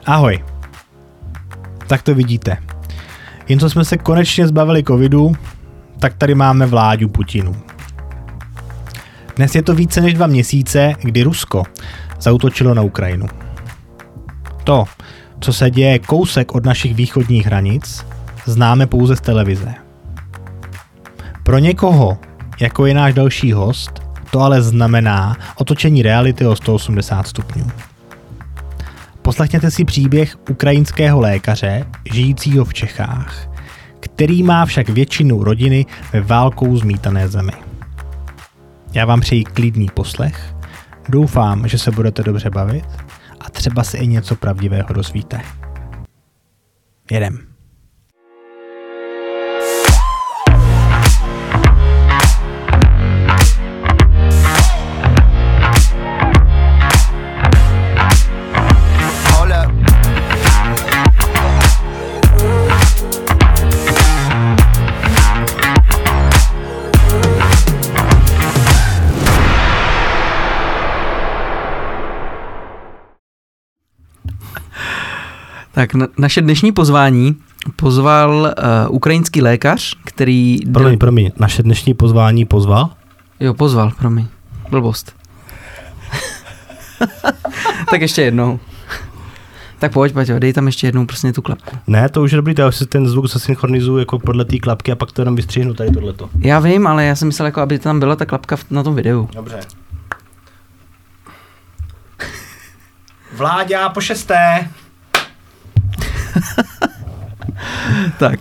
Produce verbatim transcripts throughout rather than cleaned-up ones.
Ahoj. Tak to vidíte. Jen co jsme se konečně zbavili covidu, tak tady máme Vláďu Putinu. Dnes je to více než dva měsíce, kdy Rusko zaútočilo na Ukrajinu. To, co se děje kousek od našich východních hranic, známe pouze z televize. Pro někoho, jako je náš další host, to ale znamená otočení reality o sto osmdesát stupňů. Poslechněte si příběh ukrajinského lékaře, žijícího v Čechách, který má však většinu rodiny ve válkou zmítané zemi. Já vám přeji klidný poslech, doufám, že se budete dobře bavit a třeba se i něco pravdivého dozvíte. Jedem. Tak na, naše dnešní pozvání pozval uh, ukrajinský lékař, který... Promiň, promiň, naše dnešní pozvání pozval? Jo, pozval, promiň. Blbost. Tak ještě jednou. Tak pojď, Paťo, dej tam ještě jednou prostě tu klapku. Ne, to už je dobrý, já si ten zvuk zasynchronizuju jako podle té klapky a pak to jenom vystřihnu tady tohleto. Já vím, ale já jsem myslel, jako aby tam byla ta klapka na tom videu. Dobře. Vláďa po šesté. Tak.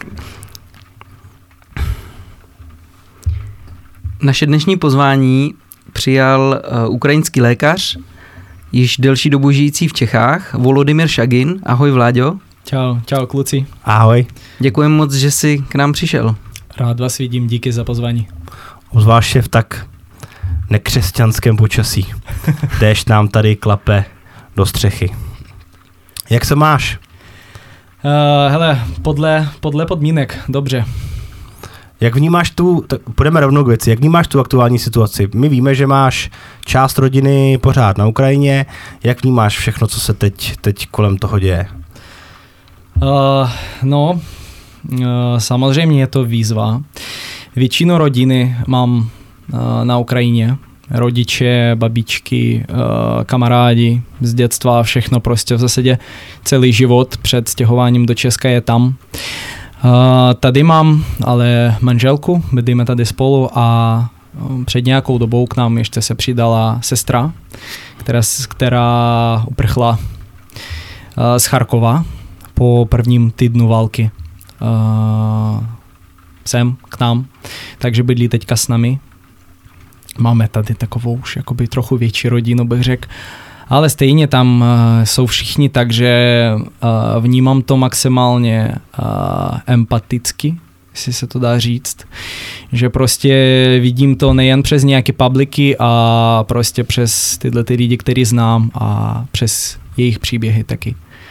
Naše dnešní pozvání přijal uh, ukrajinský lékař, již delší dobu žijící v Čechách, Volodymyr Šagin. Ahoj, Vláďo. Čau, čau kluci. Ahoj. Děkujeme moc, že jsi k nám přišel. Rád vás vidím, díky za pozvání. Obzvláště v tak nekřesťanském počasí. Déšť nám tady klape do střechy. Jak se máš? Uh, hele, podle, podle podmínek, dobře. Jak vnímáš tu, tak půjdeme rovnou k věci, jak vnímáš tu aktuální situaci? My víme, že máš část rodiny pořád na Ukrajině, jak vnímáš všechno, co se teď, teď kolem toho děje? Uh, no, uh, samozřejmě je to výzva. Většinu rodiny mám uh, na Ukrajině. Rodiče, babičky, kamarádi z dětstva, všechno prostě v zásadě celý život před stěhováním do Česka je tam. Tady mám ale manželku, bydlíme tady spolu a před nějakou dobou k nám ještě se přidala sestra, která, která uprchla z Charkova po prvním týdnu války sem k nám, takže bydlí teďka s námi. Máme tady takovou už jakoby trochu větší rodinu, bych řekl, ale stejně tam uh, jsou všichni, takže uh, vnímám to maximálně uh, empaticky, jestli se to dá říct, že prostě vidím to nejen přes nějaké publiky a prostě přes tyhle ty lidi, který znám a přes jejich příběhy taky.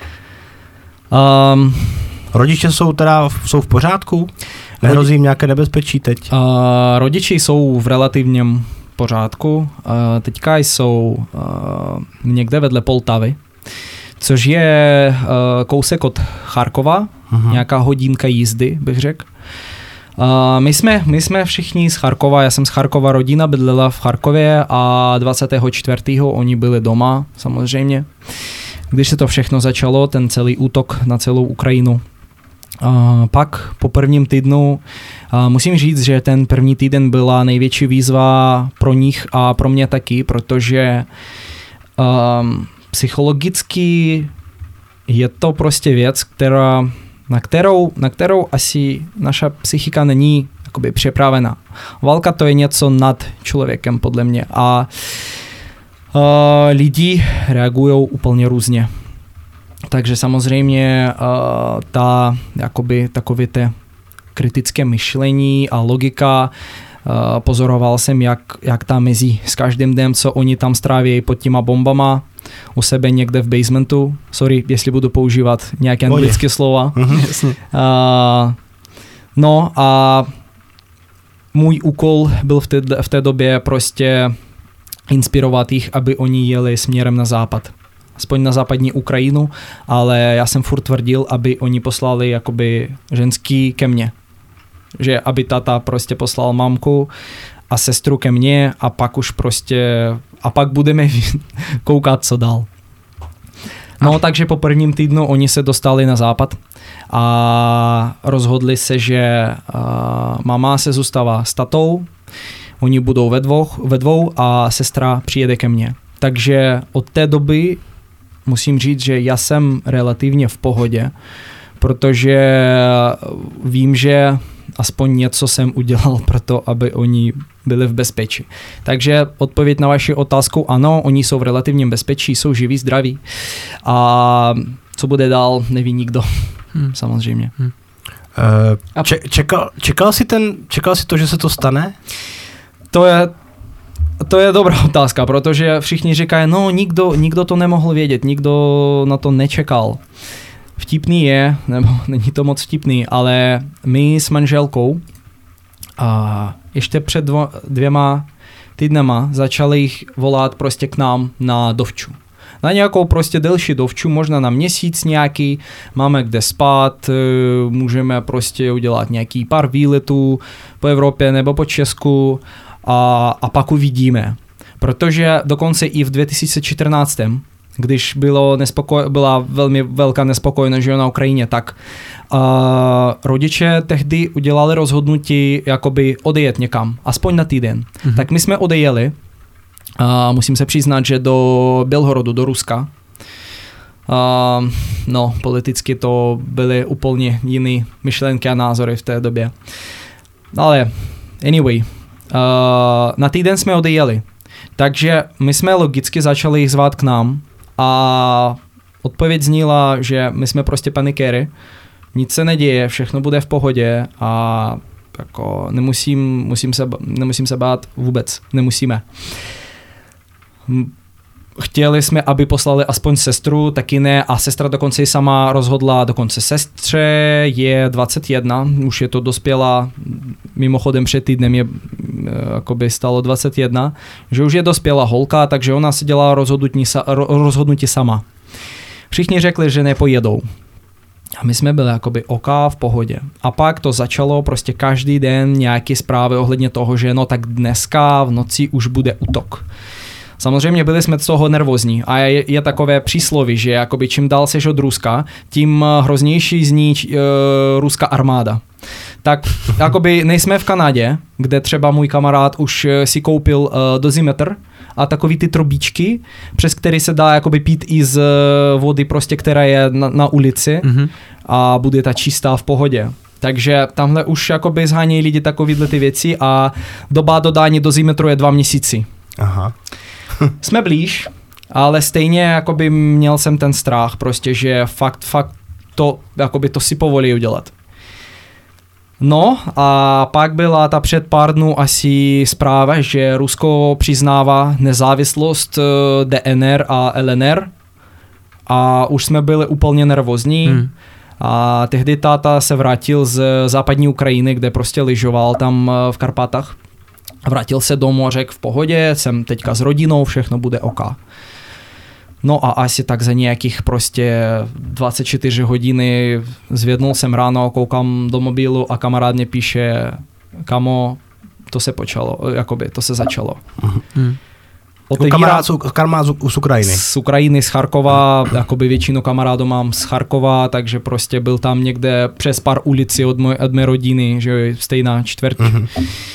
Um, Rodiče jsou teda jsou v pořádku? Nehrozí jim nějaké nebezpečí teď? Uh, rodiče jsou v relativním pořádku. Uh, teďka jsou uh, někde vedle Poltavy, což je uh, kousek od Charkova, uh-huh. nějaká hodinka jízdy, bych řekl. Uh, my, jsme, my jsme všichni z Charkova, já jsem z Charkova, rodina bydlela v Charkově a dvacátého čtvrtého oni byli doma, samozřejmě. Když se to všechno začalo, ten celý útok na celou Ukrajinu. Uh, pak po prvním týdnu uh, musím říct, že ten první týden byla největší výzva pro nich a pro mě taky, protože um, psychologicky je to prostě věc, která, na, kterou, na kterou asi naša psychika není jakoby připravena. Válka to je něco nad člověkem podle mě a uh, lidi reagují úplně různě. Takže samozřejmě uh, ta, jakoby, takové ty kritické myšlení a logika, uh, pozoroval jsem, jak, jak tam mezi s každým dnem, co oni tam stráví pod těma bombama u sebe někde v basementu. Sorry, jestli budu používat nějaké anglické slova. Mm-hmm. uh, no a můj úkol byl v té, v té době prostě inspirovat jich, aby oni jeli směrem na západ. aspoň na západní Ukrajinu, ale já jsem furt tvrdil, aby oni poslali jakoby ženský ke mně. Že aby tata prostě poslal mamku a sestru ke mně a pak už prostě, a pak budeme koukat, co dál. No, a... takže po prvním týdnu oni se dostali na západ a rozhodli se, že uh, mama se zůstává s tatou, oni budou ve dvou, ve dvou a sestra přijede ke mně. Takže od té doby musím říct, že já jsem relativně v pohodě, protože vím, že aspoň něco jsem udělal pro to, aby oni byli v bezpečí. Takže odpověď na vaši otázku, ano, oni jsou v relativním bezpečí, jsou živí, zdraví. A co bude dál, neví nikdo. Hmm. Samozřejmě. Hmm. Uh, če- čekal, čekal jsi ten, čekal jsi to, že se to stane? To je To je dobrá otázka, protože všichni říkají, no nikdo, nikdo to nemohl vědět, nikdo na to nečekal. Vtipný je, nebo není to moc vtipný, ale my s manželkou a ještě před dvo, dvěma týdnama začali jich volat prostě k nám na dovču. Na nějakou prostě delší dovču, možná na měsíc nějaký, máme kde spát, můžeme prostě udělat nějaký pár výletů po Evropě nebo po Česku a, a pak uvidíme. Protože dokonce i v dva tisíce čtrnáct, když bylo nespokoj, byla velmi velká nespokojnost, že na Ukrajině, tak uh, rodiče tehdy udělali rozhodnutí jakoby odejet někam, aspoň na týden. Mm-hmm. Tak my jsme odejeli, uh, musím se přiznat, že do Bělhorodu, do Ruska. Uh, no, politicky to byly úplně jiné myšlenky a názory v té době. Ale anyway, uh, na týden jsme odejeli. Takže my jsme logicky začali jich zvát k nám a odpověď zníla, že my jsme prostě panikéry, nic se neděje, všechno bude v pohodě a jako nemusím, musím se, nemusím se bát vůbec, nemusíme. Chtěli jsme, aby poslali aspoň sestru, taky ne, a sestra dokonce i sama rozhodla, dokonce sestře je dvacet jedna, už je to dospělá, mimochodem před týdnem je jakoby stalo dvacet jedna, že už je dospělá holka, takže ona si dělala rozhodnutí, rozhodnutí sama. Všichni řekli, že nepojedou. A my jsme byli jakoby oka v pohodě. A pak to začalo prostě každý den nějaké zprávy ohledně toho, že no tak dneska v noci už bude útok. Samozřejmě byli jsme z toho nervózní a je, je takové přísloví, že jakoby čím dál seš od Ruska, tím hroznější zní uh, ruská armáda. Tak jakoby nejsme v Kanadě, kde třeba můj kamarád už si koupil uh, dozimetr a takový ty trubíčky, přes který se dá jakoby pít i z vody prostě, která je na, na ulici mm-hmm. a bude ta čistá v pohodě. Takže tamhle už jakoby zhánějí lidi takovýhle ty věci a doba dodání dozimetru je dva měsíci. Aha. Jsme blíž, ale stejně jakoby měl jsem ten strach prostě, že fakt, fakt to, jakoby to si povolí udělat. No a pak byla ta před pár dnů asi zpráva, že Rusko přiznává nezávislost D N R a L N R a už jsme byli úplně nervózní. Hmm. A tehdy táta se vrátil z západní Ukrajiny, kde prostě lyžoval tam v Karpatách. Vrátil se domů a řekl v pohodě, jsem teďka s rodinou, všechno bude OK. No a asi tak za nějakých prostě dvacet čtyři hodiny zvednul jsem ráno, koukám do mobilu a kamarád mě píše, kamo, to se počalo, jakoby to se začalo. Mm. Otevírá... Kamarád, kamarád z Ukrajiny. Z Ukrajiny, z Charkova, jakoby většinu kamarádů mám z Charkova, takže prostě byl tam někde přes pár ulici od, moj, od mé rodiny, že jo, stejná čtvrť. Mm-hmm.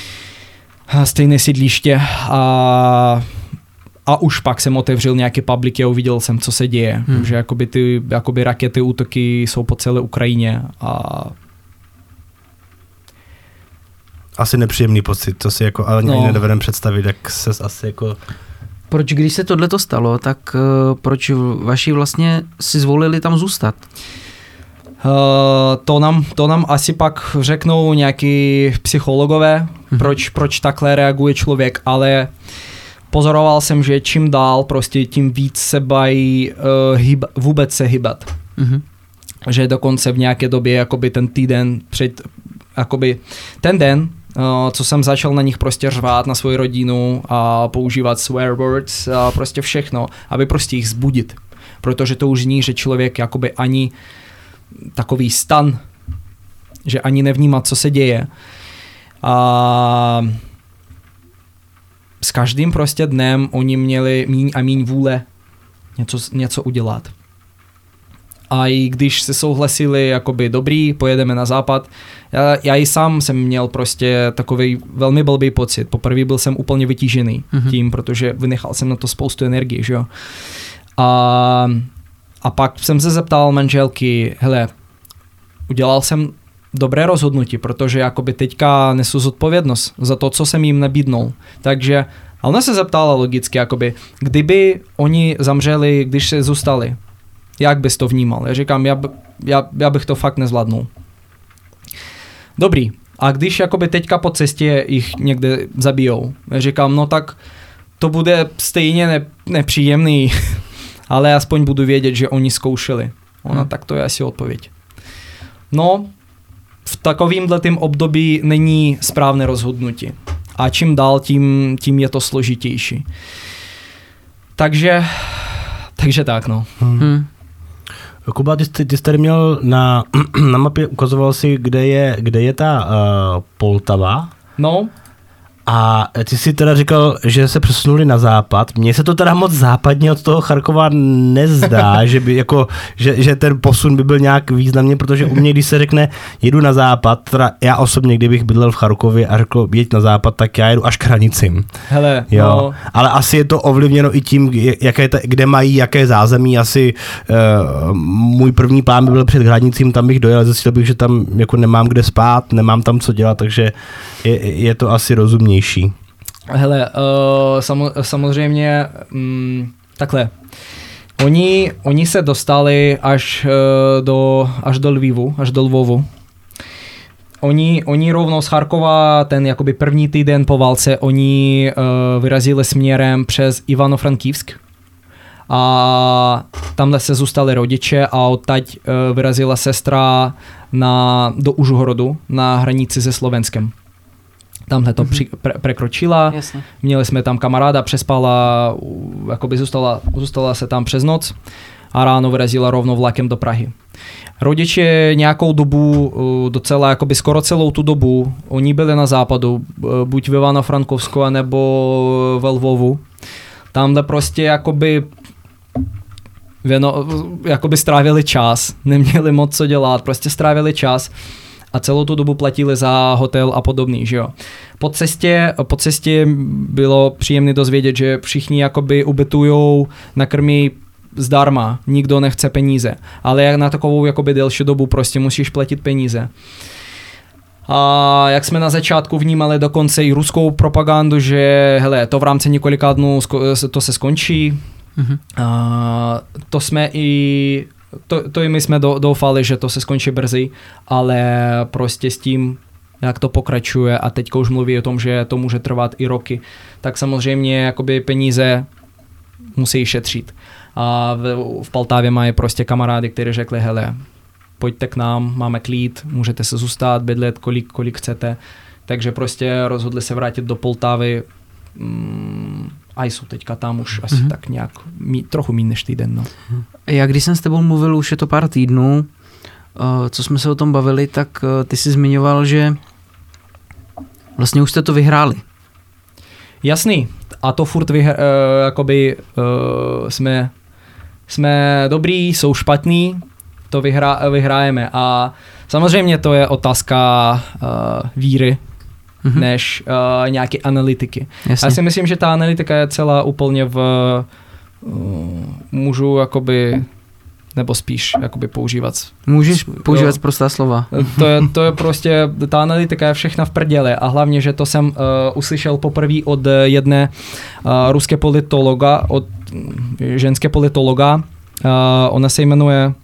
Stejné sídliště a, a už pak jsem otevřel nějaké publiky a uviděl jsem, co se děje. Hmm. Že jakoby ty jakoby rakety, útoky jsou po celé Ukrajině. A... Asi nepříjemný pocit, to si jako ale no. nedovedem představit, jak ses asi jako... Proč, když se tohleto stalo, tak uh, proč vaši vlastně si zvolili tam zůstat? Uh, to, nám, to nám asi pak řeknou nějaký psychologové, mm-hmm. proč, proč takhle reaguje člověk, ale pozoroval jsem, že čím dál prostě tím víc se bají uh, hyb, vůbec se hybat. Mm-hmm. Že dokonce v nějaké době jakoby ten týden před, jakoby ten den, uh, co jsem začal na nich prostě řvát na svoji rodinu a používat swear words a prostě všechno, aby prostě jich zbudit. protože to už zní, že člověk jakoby ani takový stan, že ani nevnímá, co se děje. A s každým prostě dnem oni měli míň a míň vůle něco, něco udělat. A i když se souhlasili, jakoby dobrý, pojedeme na západ, já, já i sám jsem měl prostě takový velmi blbý pocit. Poprvé byl jsem úplně vytížený mm-hmm. tím, protože vynechal jsem na to spoustu energie, že jo. A, a pak jsem se zeptal manželky, hele, udělal jsem dobré rozhodnutí, protože jakoby teďka nesu zodpovědnost za to, co jsem jim nabídnul. Takže, a ona se zeptala logicky, jakoby, kdyby oni zamřeli, když se zůstali, jak bys to vnímal? Já říkám, já, já, já bych to fakt nezvládnul. Dobrý, a když jakoby teďka po cestě jich někde zabijou, já říkám, no tak to bude stejně ne, nepříjemný, ale aspoň budu vědět, že oni zkoušeli. Ona, hmm. tak to je asi odpověď. No, v takovýmhletým období není správné rozhodnutí. A čím dál, tím, tím je to složitější. Takže, takže tak, no. Hmm. Hmm. Kuba, ty, ty, ty jsi tady měl na, na mapě, ukazoval si, kde je, kde je ta uh, Poltava. No. A ty jsi teda říkal, že se přesunuli na západ. Mně se to teda moc západně od toho Charkova nezdá, že, by jako, že, že ten posun by byl nějak významný, protože u mě, když se řekne jedu na západ, teda já osobně, kdybych bydlel v Charkově a řekl jeď na západ, tak já jedu až k hranicím. Hele, jo. No. Ale asi je to ovlivněno i tím, jaké ta, kde mají, jaké zázemí. Asi uh, můj první plán by byl před hranicím, tam bych dojel, zjistil bych, že tam jako nemám kde spát, nemám tam co dělat, takže je, je to asi rozumnější. Hele, uh, samo, samozřejmě um, takhle. Oni, oni se dostali až, uh, do, až do Lvivu, až do Lvovu. Oni, oni rovnou z Charkova, ten jakoby první týden po válce, oni uh, vyrazili směrem přes Ivano-Frankivsk. A tamhle se zůstali rodiče a odtaď uh, vyrazila sestra na, do Užhorodu na hranici se Slovenskem. Tamhle to mm-hmm. při, pre, prekročila, Jasně. Měli jsme tam kamaráda, přespala, jakoby zůstala, zůstala se tam přes noc a ráno vyrazila rovnou vlakem do Prahy. Rodiče nějakou dobu, docela jakoby skoro celou tu dobu, oni byli na západu, buď ve Ivano-Frankovsku, nebo ve Lvovu. Tamhle prostě jakoby, věno, jakoby strávili čas, neměli moc co dělat, prostě strávili čas. A celou tu dobu platili za hotel a podobný, že jo. Po cestě, po cestě bylo příjemné dozvědět, že všichni jakoby ubytujou, nakrmí zdarma, nikdo nechce peníze. Ale jak na takovou jakoby delší dobu prostě musíš platit peníze. A jak jsme na začátku vnímali dokonce i ruskou propagandu, že hele, to v rámci několika dnů to se skončí. Mm-hmm. A to jsme i To, to i my jsme do, doufali, že to se skončí brzy, ale prostě s tím, jak to pokračuje a teďka už mluví o tom, že to může trvat i roky, tak samozřejmě jakoby peníze musí šetřit. A v, v Poltavě mají prostě kamarády, kteří řekli, hele, pojďte k nám, máme klid, můžete se zůstat, bydlet kolik, kolik chcete. Takže prostě rozhodli se vrátit do Poltavy. Mm, a jsou teďka tam už asi mm-hmm. tak nějak mí, trochu méně než týden. No. Já když jsem s tebou mluvil, už je to pár týdnů, uh, co jsme se o tom bavili, tak uh, ty jsi zmiňoval, že vlastně už jste to vyhráli. Jasný. A to furt vyhr, uh, jakoby uh, jsme, jsme dobrý, jsou špatný, to vyhrá, vyhrájeme. A samozřejmě to je otázka uh, víry, mm-hmm. než uh, nějaké analytiky. Jasně. Já si myslím, že ta analytika je celá úplně v uh, můžu jakoby nebo spíš jakoby používat. Můžeš používat prostá slova. To je, to je prostě, ta analytika je všechna v prděle a hlavně, že to jsem uh, uslyšel poprvé od jedné uh, ruské politologa, od ženské politologa. Uh, ona se jmenuje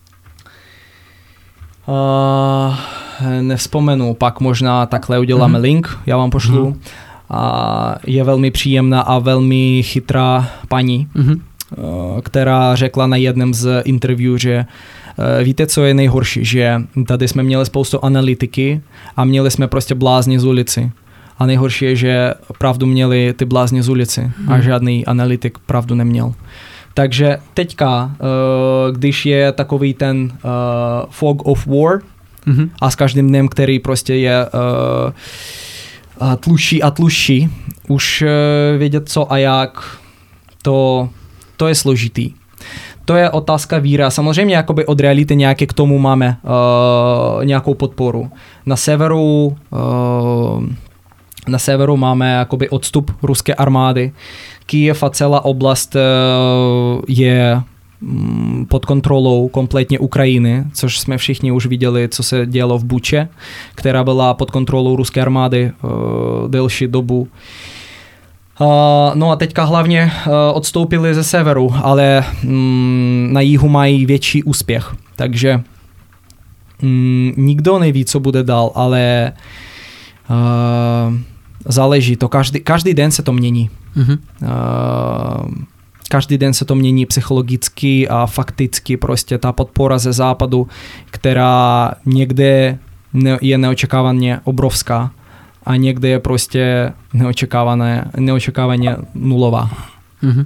uh, nevzpomenu, pak možná takhle uděláme mm-hmm. link, já vám pošlu. Mm-hmm. A je velmi příjemná a velmi chytrá paní, mm-hmm. která řekla na jednom z interview, že víte, co je nejhorší, že tady jsme měli spoustu analytiky a měli jsme prostě blázni z ulici. A nejhorší je, že pravdu měli ty blázni z ulici mm-hmm. a žádný analytik pravdu neměl. Takže teďka, když je takový ten fog of war mm-hmm. a s každým dnem, který prostě je tluší a tluší, už vědět co a jak, to, to je složitý. To je otázka víra. Samozřejmě jakoby od reality nějaké k tomu máme uh, nějakou podporu. Na severu uh, na severu máme jakoby odstup ruské armády. Kyjev a celá oblast uh, je um, pod kontrolou kompletně Ukrajiny, což jsme všichni už viděli, co se dělo v Buče, která byla pod kontrolou ruské armády uh, delší dobu. Uh, no a teďka hlavně uh, odstoupili ze severu, ale um, na jihu mají větší úspěch, takže um, nikdo neví, co bude dál, ale uh, záleží to, každý, každý den se to mění. Mm-hmm. Uh, každý den se to mění psychologicky a fakticky, prostě ta podpora ze západu, která někde ne, je neočekávaně obrovská, a někde je prostě neočekávané, neočekávaně nulová. Mm-hmm.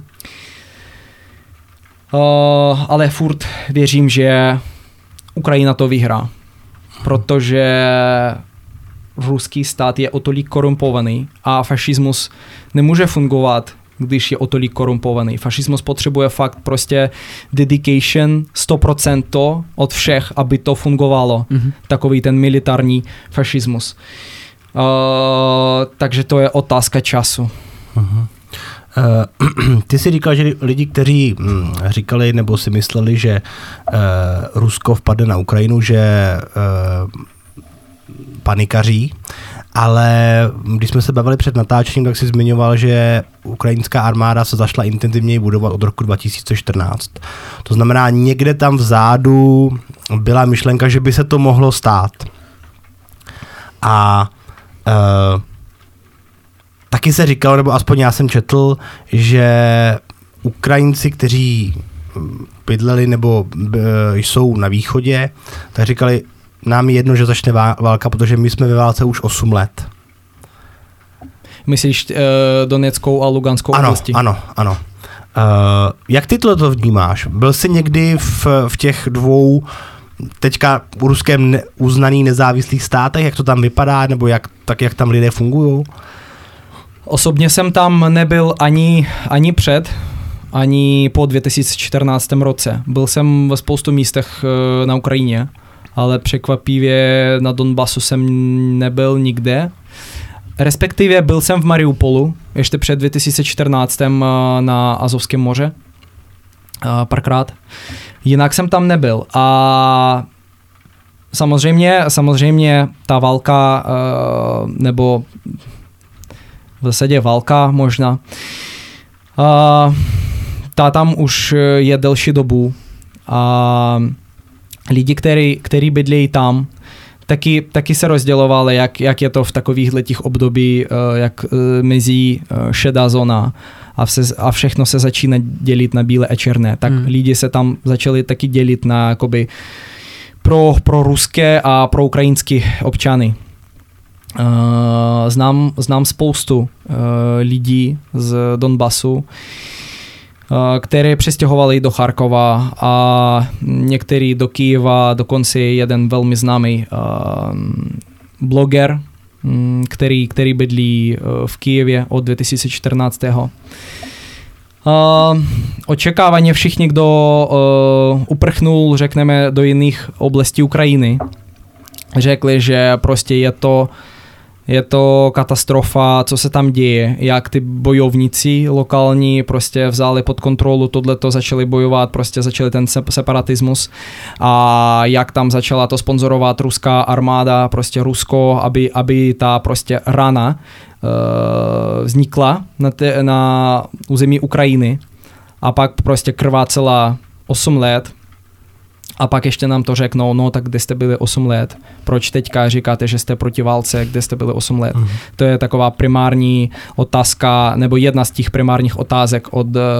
Uh, ale furt věřím, že Ukrajina to vyhrá, protože ruský stát je o tolik korumpovaný a fašismus nemůže fungovat, když je o tolik korumpovaný. Fašismus potřebuje fakt prostě dedication sto procent od všech, aby to fungovalo. Mm-hmm. Takový ten militární fašismus. Uh, takže to je otázka času. Uh-huh. Uh, ty jsi říkal, že lidi, kteří hm, říkali nebo si mysleli, že uh, Rusko vpadne na Ukrajinu, že uh, panikaří, ale když jsme se bavili před natáčením, tak si zmiňoval, že ukrajinská armáda se zašla intenzivněji budovat od roku dva tisíce čtrnáct. To znamená, někde tam vzadu byla myšlenka, že by se to mohlo stát. A Uh, taky se říkalo, nebo aspoň já jsem četl, že Ukrajinci, kteří bydleli nebo uh, jsou na východě, tak říkali, nám je jedno, že začne válka, protože my jsme ve válce už osm let. Myslíš uh, Doneckou a Luganskou ano, oblasti? Ano, ano. Uh, jak ty to vnímáš? Byl jsi někdy v, v těch dvou teďka u ruském ne, uznaný nezávislých státech, jak to tam vypadá, nebo jak, tak jak tam lidé fungují? Osobně jsem tam nebyl ani, ani před, ani po dva tisíce čtrnáctém roce. Byl jsem ve spoustu místech na Ukrajině, ale překvapivě na Donbasu jsem nebyl nikde. Respektive byl jsem v Mariupolu, ještě před dva tisíce čtrnáctém na Azovském moře, párkrát. Jinak jsem tam nebyl a samozřejmě, samozřejmě ta válka, nebo v zásadě válka možná, ta tam už je delší dobu a lidi, který, který bydlí tam, taky, taky se rozdělovali, jak, jak je to v takových letích období, jak mizí šedá zóna a, vse, a všechno se začíná dělit na bílé a černé. Tak hmm. lidi se tam začali taky dělit na jakoby pro, pro ruské a pro ukrajinské občany. Uh, znám, znám spoustu uh, lidí z Donbasu, uh, které přestěhovali do Charkova a některý do Kyjeva, dokonce jeden velmi známý uh, bloger, um, který, který bydlí uh, v Kyjevě od dva tisíce čtrnáct. Uh, očekávaně všichni, kdo uh, uprchnul, řekneme, do jiných oblastí Ukrajiny, řekli, že prostě je to Je to katastrofa, co se tam děje, jak ty bojovníci lokální prostě vzali pod kontrolu tohleto, začali bojovat, prostě začali ten separatismus a jak tam začala to sponzorovat ruská armáda, prostě Rusko, aby, aby ta prostě rana uh, vznikla na, te, na území Ukrajiny a pak prostě krvácela osm let. A pak ještě nám to řeknou, no tak kde jste byli osm let, proč teďka říkáte, že jste proti válce, kde jste byli osm let. Mm. To je taková primární otázka, nebo jedna z těch primárních otázek od uh,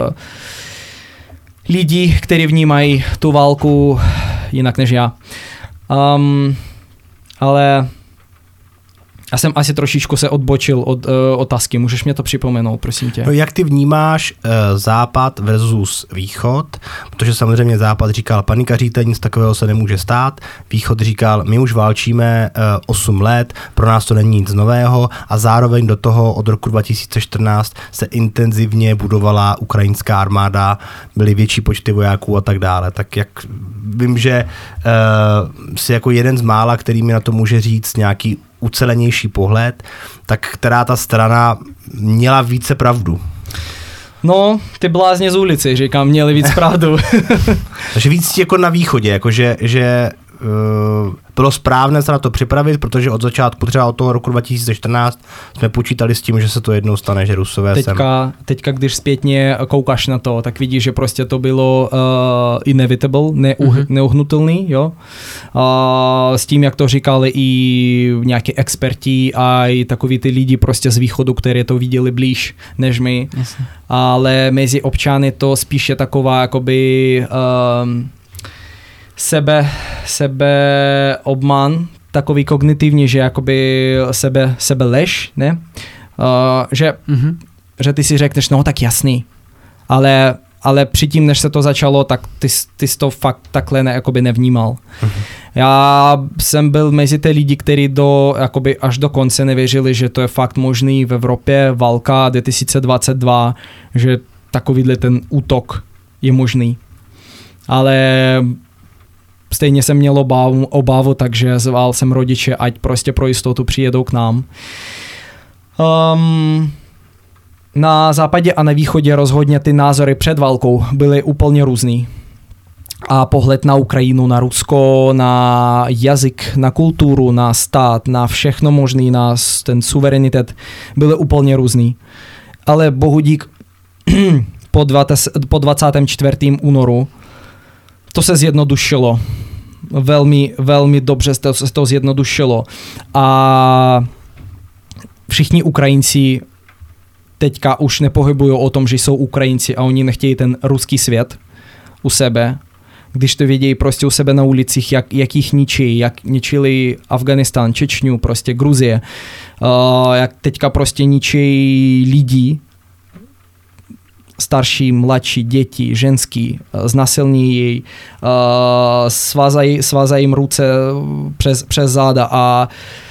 lidí, kteří vnímají tu válku jinak než já. Um, ale, Já jsem asi trošičku se odbočil od uh, otázky, můžeš mě to připomenout, prosím tě. No, jak ty vnímáš uh, západ versus východ, protože samozřejmě západ říkal panikaříte, nic takového se nemůže stát, východ říkal, my už válčíme uh, osm let, pro nás to není nic nového a zároveň do toho od roku dva tisíce čtrnáct se intenzivně budovala ukrajinská armáda, byly větší počty vojáků a tak dále. Tak jak vím, že uh, si jako jeden z mála, který mi na to může říct nějaký ucelenější pohled, tak která ta strana měla více pravdu? No, ty blázně z ulici, říkám, měli víc pravdu. Takže víc jako na východě, jakože že, uh, bylo správné se na to připravit, protože od začátku třeba od toho roku dva tisíce čtrnáct jsme počítali s tím, že se to jednou stane, že Rusové teďka, sem. Teďka, když zpětně koukáš na to, tak vidíš, že prostě to bylo uh, inevitable, neuh, mm-hmm. neuhnutelný, jo. Uh, s tím, jak to říkali i nějaký experti a i takový ty lidi prostě z východu, kteří to viděli blíž než my. Yes. Ale mezi občany to spíše taková jakoby um, sebe, sebe obman, takový kognitivní, že jakoby sebe, sebe lež, ne? Uh, že, mm-hmm. že ty si řekneš, no tak jasný, ale, ale předtím, než se to začalo, tak ty, ty jsi to fakt takhle ne, jakoby nevnímal. Mm-hmm. Já jsem byl mezi ty lidi, kteří do, jakoby až do konce nevěřili, že to je fakt možný v Evropě, válka dva tisíce dvacet dva, že takovýhle ten útok je možný. Ale stejně jsem měl obavu, obavu, takže zval jsem rodiče, ať prostě pro jistotu přijedou k nám. Um, na západě a na východě rozhodně ty názory před válkou byly úplně různý. A pohled na Ukrajinu, na Rusko, na jazyk, na kulturu, na stát, na všechno možný, na ten suverenitet byly úplně různý. Ale bohu dík po dvacátého čtvrtého únoru to se zjednodušilo. Velmi, velmi dobře se to zjednodušilo. A všichni Ukrajinci teďka už nepohybují o tom, že jsou Ukrajinci a oni nechtějí ten ruský svět u sebe. Když to vidějí prostě u sebe na ulicích, jak, jak jich ničí, jak ničili Afganistán, Čečňu, prostě Gruzie, uh, jak teďka prostě ničí lidi, starší, mladší, děti, ženský, znasilní jej, uh, svazají, svazají jim ruce přes, přes záda a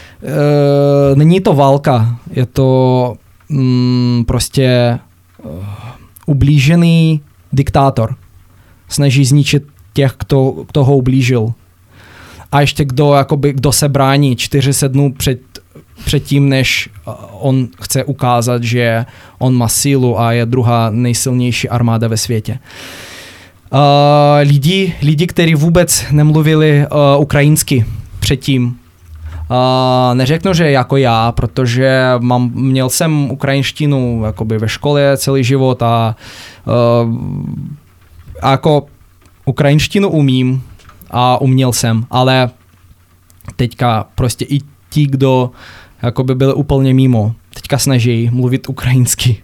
uh, není to válka, je to um, prostě uh, ublížený diktátor. Snaží zničit těch, kdo, kdo ho ublížil. A ještě kdo, jakoby, kdo se brání čtyři sta dnů před předtím, než on chce ukázat, že on má sílu a je druhá nejsilnější armáda ve světě. Uh, lidi, lidi, kteří vůbec nemluvili uh, ukrajinsky předtím, uh, neřeknu, že jako já, protože mám, měl jsem ukrajinštinu jakoby ve škole celý život a, uh, a jako ukrajinštinu umím a uměl jsem, ale teďka prostě i ti, kdo jakoby byli úplně mimo, teďka snaží mluvit ukrajinsky.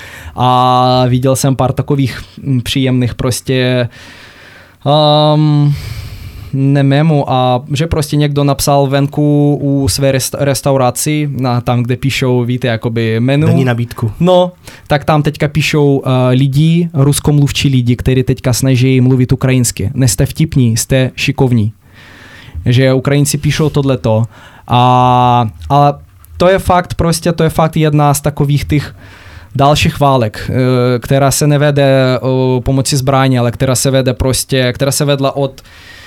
A viděl jsem pár takových příjemných prostě um, ne memu, a že prostě někdo napsal venku u své restauraci, na tam, kde píšou, víte, jakoby menu. Denní nabídku. No, tak tam teďka píšou uh, lidi, ruskomluvčí lidi, kteří teďka snaží mluvit ukrajinsky. Nejste vtipní, jste šikovní. Že Ukrajinci píšou tohleto. A, ale to je fakt, prostě to je fakt jedna z takových těch dalších válek, která se nevede pomocí zbraní, ale která se vede prostě, která se vedla od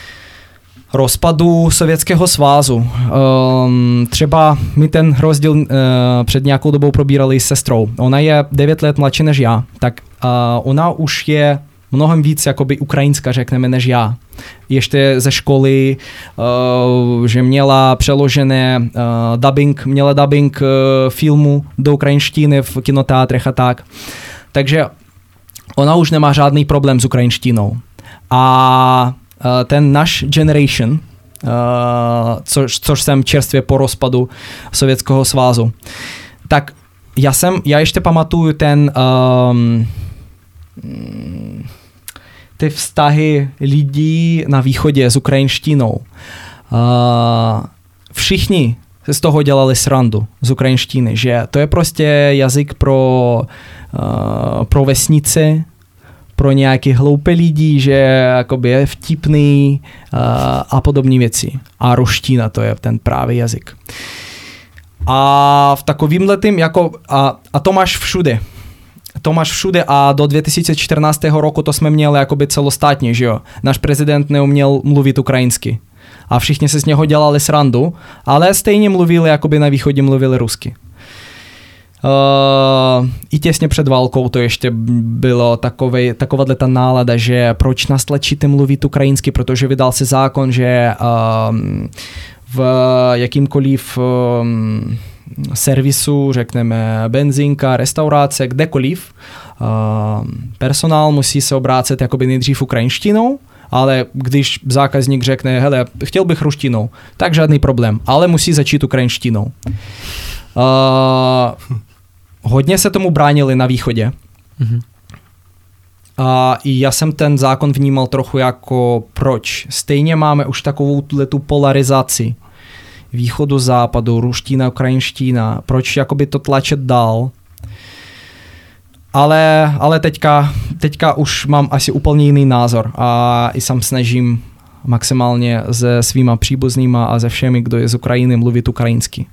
rozpadu Sovětského svazu. Um, třeba my ten rozdíl uh, před nějakou dobou probírali s sestrou. Ona je devět let mladší než já, tak uh, ona už je mnohem víc jakoby ukrajinská, řekneme, než já. Ještě ze školy, uh, že měla přeložené uh, dubbing, měla dubbing uh, filmu do ukrajinštiny v kinoteátrech a tak. Takže ona už nemá žádný problém s ukrajinštinou. A uh, ten náš generation, uh, což, což jsem čerstvě po rozpadu Sovětského svazu, tak já jsem, já ještě pamatuju ten um, ty vztahy lidí na východě s ukrajinštinou. Uh, všichni z toho dělali srandu z ukrajinštiny, že to je prostě jazyk pro, uh, pro vesnice, pro nějaký hloupé lidi, že jakoby je vtipný uh, a podobné věci. A ruština to je ten právý jazyk. A v takovýmhle tým, jako, a, a to máš všude. To máš všude a do dva tisíce čtrnáctého roku to jsme měli jakoby celostátně, že jo. Náš prezident neuměl mluvit ukrajinsky. A všichni se z něho dělali srandu, ale stejně mluvili, jakoby na východě mluvili rusky. Uh, I těsně před válkou to ještě bylo takové, takováhle ta nálada, že proč nás tlačíte mluvit ukrajinsky, protože vydal se zákon, že uh, v jakýmkoliv um, servisu, řekneme benzínka, restaurace, kdekoliv, uh, personál musí se obrácet jakoby nejdřív ukrajinštinou, ale když zákazník řekne, hele, chtěl bych ruštinou, tak žádný problém, ale musí začít ukrajinštinou. Uh, hodně se tomu bránili na východě. Mm-hmm. A já jsem ten zákon vnímal trochu jako proč. Stejně máme už takovou tu polarizaci východu, západu, ruština, ukrajinština. Proč jakoby to tlačit dál? Ale, ale teďka, teďka už mám asi úplně jiný názor a i sám snažím maximálně se svýma příbuznýma a se všemi, kdo je z Ukrajiny, mluvit ukrajinsky.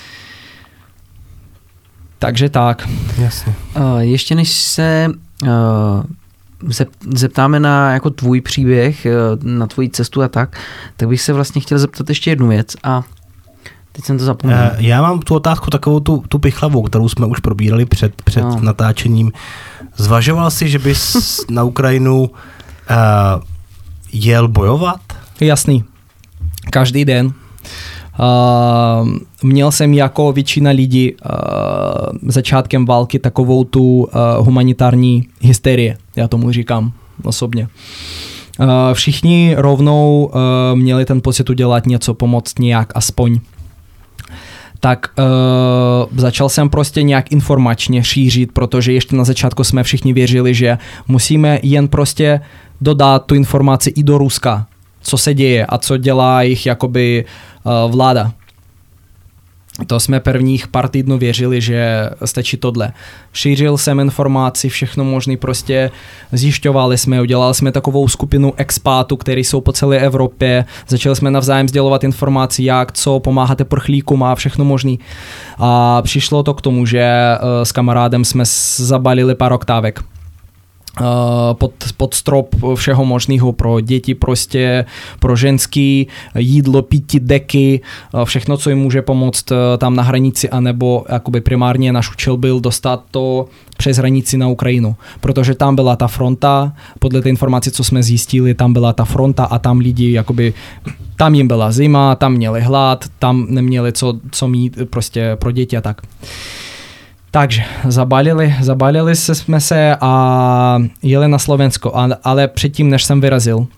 Takže tak. Jasně. Uh, ještě než se uh, zeptáme na jako tvůj příběh, uh, na tvoji cestu a tak, tak bych se vlastně chtěl zeptat ještě jednu věc a teď jsem to zapomněl. Uh, já mám tu otázku takovou tu, tu pichlavou, kterou jsme už probírali před, před no. natáčením. Zvažoval jsi, že bys na Ukrajinu uh, jel bojovat? Jasný. Každý den. Uh, měl jsem jako většina lidí uh, začátkem války takovou tu uh, humanitární hysterie, já tomu říkám osobně. Uh, všichni rovnou uh, měli ten pocit udělat něco, pomoct nějak aspoň. Tak uh, začal jsem prostě nějak informačně šířit, protože ještě na začátku jsme všichni věřili, že musíme jen prostě dodat tu informaci i do Ruska, co se děje a co dělá jich jakoby uh, vláda. To jsme prvních pár týdnů věřili, že stačí tohle. Šířil jsem informaci, všechno možný, prostě zjišťovali jsme, udělali jsme takovou skupinu expátů, kteří jsou po celé Evropě, začali jsme navzájem sdělovat informaci, jak, co, pomáháte prchlíkům a všechno možný. A přišlo to k tomu, že uh, s kamarádem jsme zabalili pár oktávek. Uh, pod, pod strop všeho možného pro děti, prostě pro ženský, jídlo, pití, deky, uh, všechno, co jim může pomoct uh, tam na hranici, anebo jakoby primárně náš účel byl dostat to přes hranici na Ukrajinu, protože tam byla ta fronta, podle té informace, co jsme zjistili, tam byla ta fronta a tam lidi, jakoby, tam jim byla zima, tam měli hlad, tam neměli co, co mít prostě pro děti a tak. Takže zabalili, zabalili jsme se a jeli na Slovensko, ale předtím, než jsem vyrazil, uh,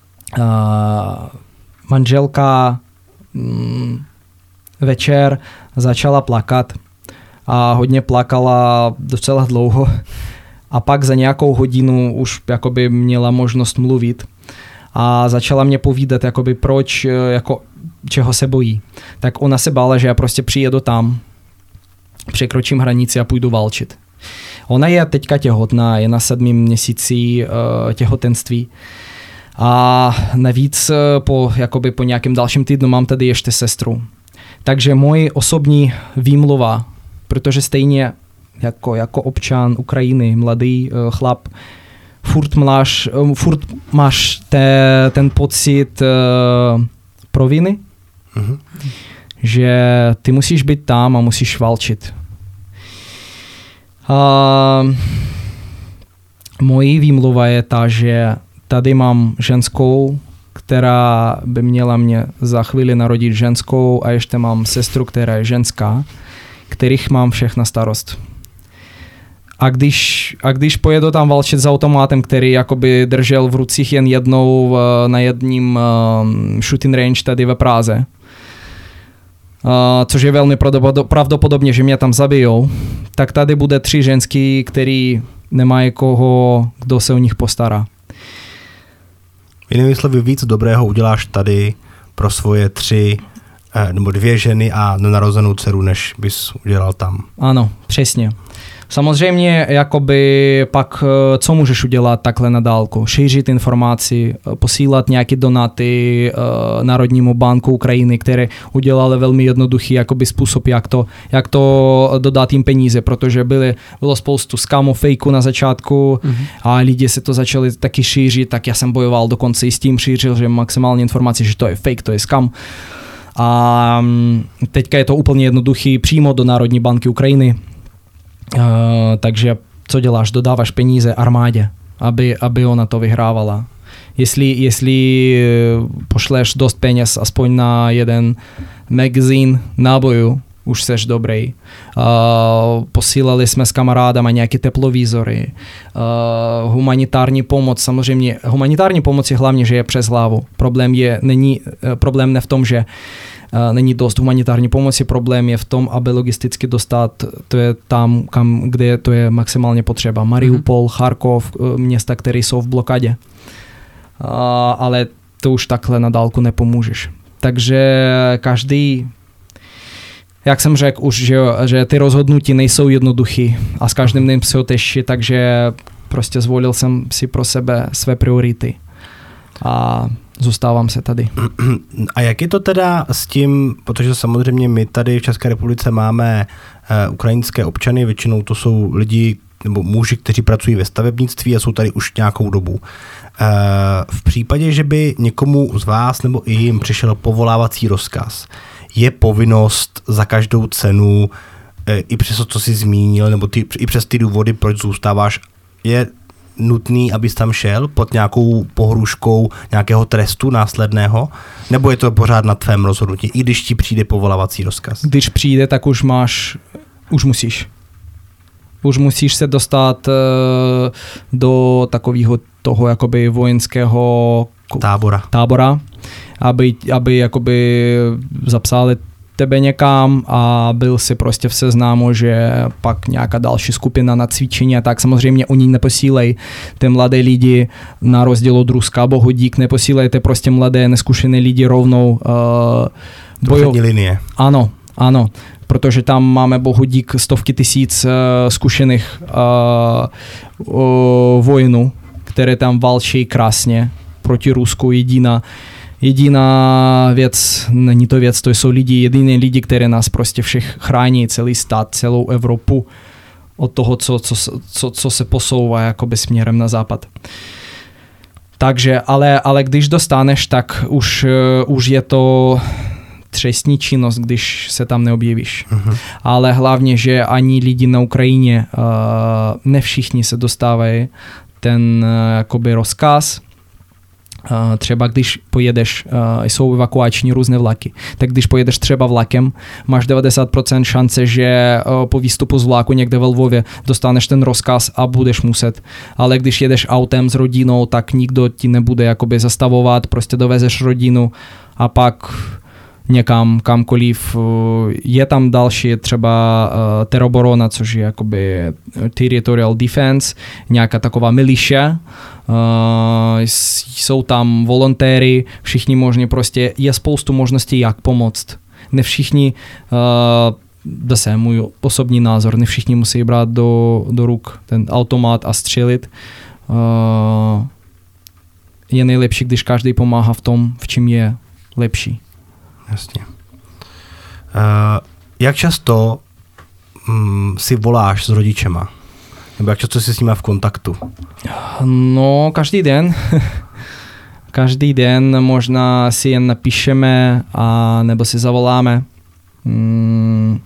manželka um, večer začala plakat a hodně plakala docela dlouho a pak za nějakou hodinu už jakoby měla možnost mluvit a začala mě povídat, jakoby proč, jako, čeho se bojí. Tak ona se bála, že já prostě přijedu tam, překročím hranici a půjdu válčit. Ona je teďka těhotná, je na sedmém měsíci uh, těhotenství a navíc uh, po, jakoby po nějakém dalším týdnu mám tady ještě sestru. Takže můj osobní výmluva, protože stejně jako, jako občan Ukrajiny, mladý uh, chlap, furt máš, uh, furt máš te, ten pocit uh, proviny, mm-hmm. že ty musíš být tam a musíš válčit. Uh, mojí výmluva je ta, že tady mám ženskou, která by měla mě za chvíli narodit ženskou a ještě mám sestru, která je ženská, kterých mám všech na starost. A když, a když pojedu tam válčit s automatem, který jakoby držel v rucích jen jednou uh, na jedním uh, shooting range tady ve Praze, Uh, což je velmi pravdopodobně, že mě tam zabijou, tak tady bude tři ženský, který nemají koho, kdo se o nich postará. Jinými slovy, víc dobrého uděláš tady pro svoje tři nebo dvě ženy a nenarozenou dceru, než bys udělal tam. Ano, přesně. Samozřejmě, jakoby pak, co můžeš udělat takhle na dálku? Šířit informaci, posílat nějaké donaty uh, Národnímu banku Ukrajiny, které udělali velmi jednoduchý jakoby způsob, jak to, jak to dodat jim peníze, protože byly, bylo spoustu skamů, fejku na začátku mm-hmm. a lidi se to začali taky šířit, tak já jsem bojoval dokonce i s tím, šířil, že maximální informaci, že to je fake, to je skam. A teďka je to úplně jednoduchý přímo do Národní banky Ukrajiny. Uh, takže co děláš? Dodáváš peníze armádě, aby, aby ona to vyhrávala. Jestli, jestli pošleš dost peněz aspoň na jeden magazín nábojů, už seš dobrý. Uh, posílali jsme s kamarádama nějaké teplovízory, uh, humanitární pomoc. Samozřejmě humanitární pomoc je hlavně, že je přes hlavu. Problém je, není, problém ne v tom, že Uh, není dost humanitární pomoci, problém je v tom, aby logisticky dostat, to je tam, kam, kde to je maximálně potřeba. Mariupol, mm-hmm. Charkov, města, které jsou v blokadě. Uh, ale to už takhle na dálku nepomůžeš. Takže každý, jak jsem řekl už, že, že ty rozhodnutí nejsou jednoduchý a s každým dnem jsou těžší, takže prostě zvolil jsem si pro sebe své priority. A zůstávám se tady. A jak je to teda s tím, protože samozřejmě my tady v České republice máme uh, ukrajinské občany, většinou to jsou lidi nebo muži, kteří pracují ve stavebnictví a jsou tady už nějakou dobu. Uh, v případě, že by někomu z vás nebo i jim přišel povolávací rozkaz, je povinnost za každou cenu, uh, i přes to, co jsi zmínil, nebo ty, i přes ty důvody, proč zůstáváš, je nutný, abys tam šel pod nějakou pohruškou nějakého trestu následného, nebo je to pořád na tvém rozhodnutí, i když ti přijde povolávací rozkaz? Když přijde, tak už máš, už musíš. Už musíš se dostat uh, do takového toho jakoby vojenského tábora, tábora aby, aby jakoby zapsali tebe někam a byl si prostě v seznámu, že pak nějaká další skupina na cvičení a tak. Samozřejmě oni neposílej ty mladé lidi na rozdíl od Ruska, bohu dík, neposílejte prostě mladé neskušené lidi rovnou uh, bojov... linie. Ano, ano, protože tam máme bohu dík stovky tisíc uh, zkušených uh, uh, vojnů, které tam válčí krásně proti Rusku. Jediná Jediná věc, není to věc, to jsou lidi, jediné lidi, které nás prostě všech chrání, celý stát, celou Evropu od toho, co, co, co, co se posouvá jakoby směrem na západ. Takže, ale, ale když dostaneš, tak už, uh, už je to trestní činnost, když se tam neobjevíš. Uh-huh. Ale hlavně, že ani lidi na Ukrajině, uh, ne všichni se dostávají ten uh, jakoby rozkaz. Uh, třeba když pojedeš, uh, jsou evakuační různé vlaky, tak když pojedeš třeba vlakem, máš devadesát procent šance, že uh, po výstupu z vlaku někde ve Lvově dostaneš ten rozkaz a budeš muset. Ale když jedeš autem s rodinou, tak nikdo ti nebude jakoby zastavovat, prostě dovezeš rodinu a pak někam, kamkoliv. Je tam další třeba uh, teroborona, což je jakoby territorial defense, nějaká taková miliše. Uh, jsou tam volontéry, všichni možně prostě, je spoustu možností, jak pomoct. Ne všichni, uh, zase můj osobní názor, ne všichni musí brát do, do ruk ten automat a střelit. Uh, je nejlepší, když každý pomáhá v tom, v čem je lepší. Jasně. Uh, jak často um, si voláš s rodičema? Nebo jak často jsi s nimi v kontaktu? No, každý den. Každý den možná si jen napíšeme a nebo si zavoláme. Hmm.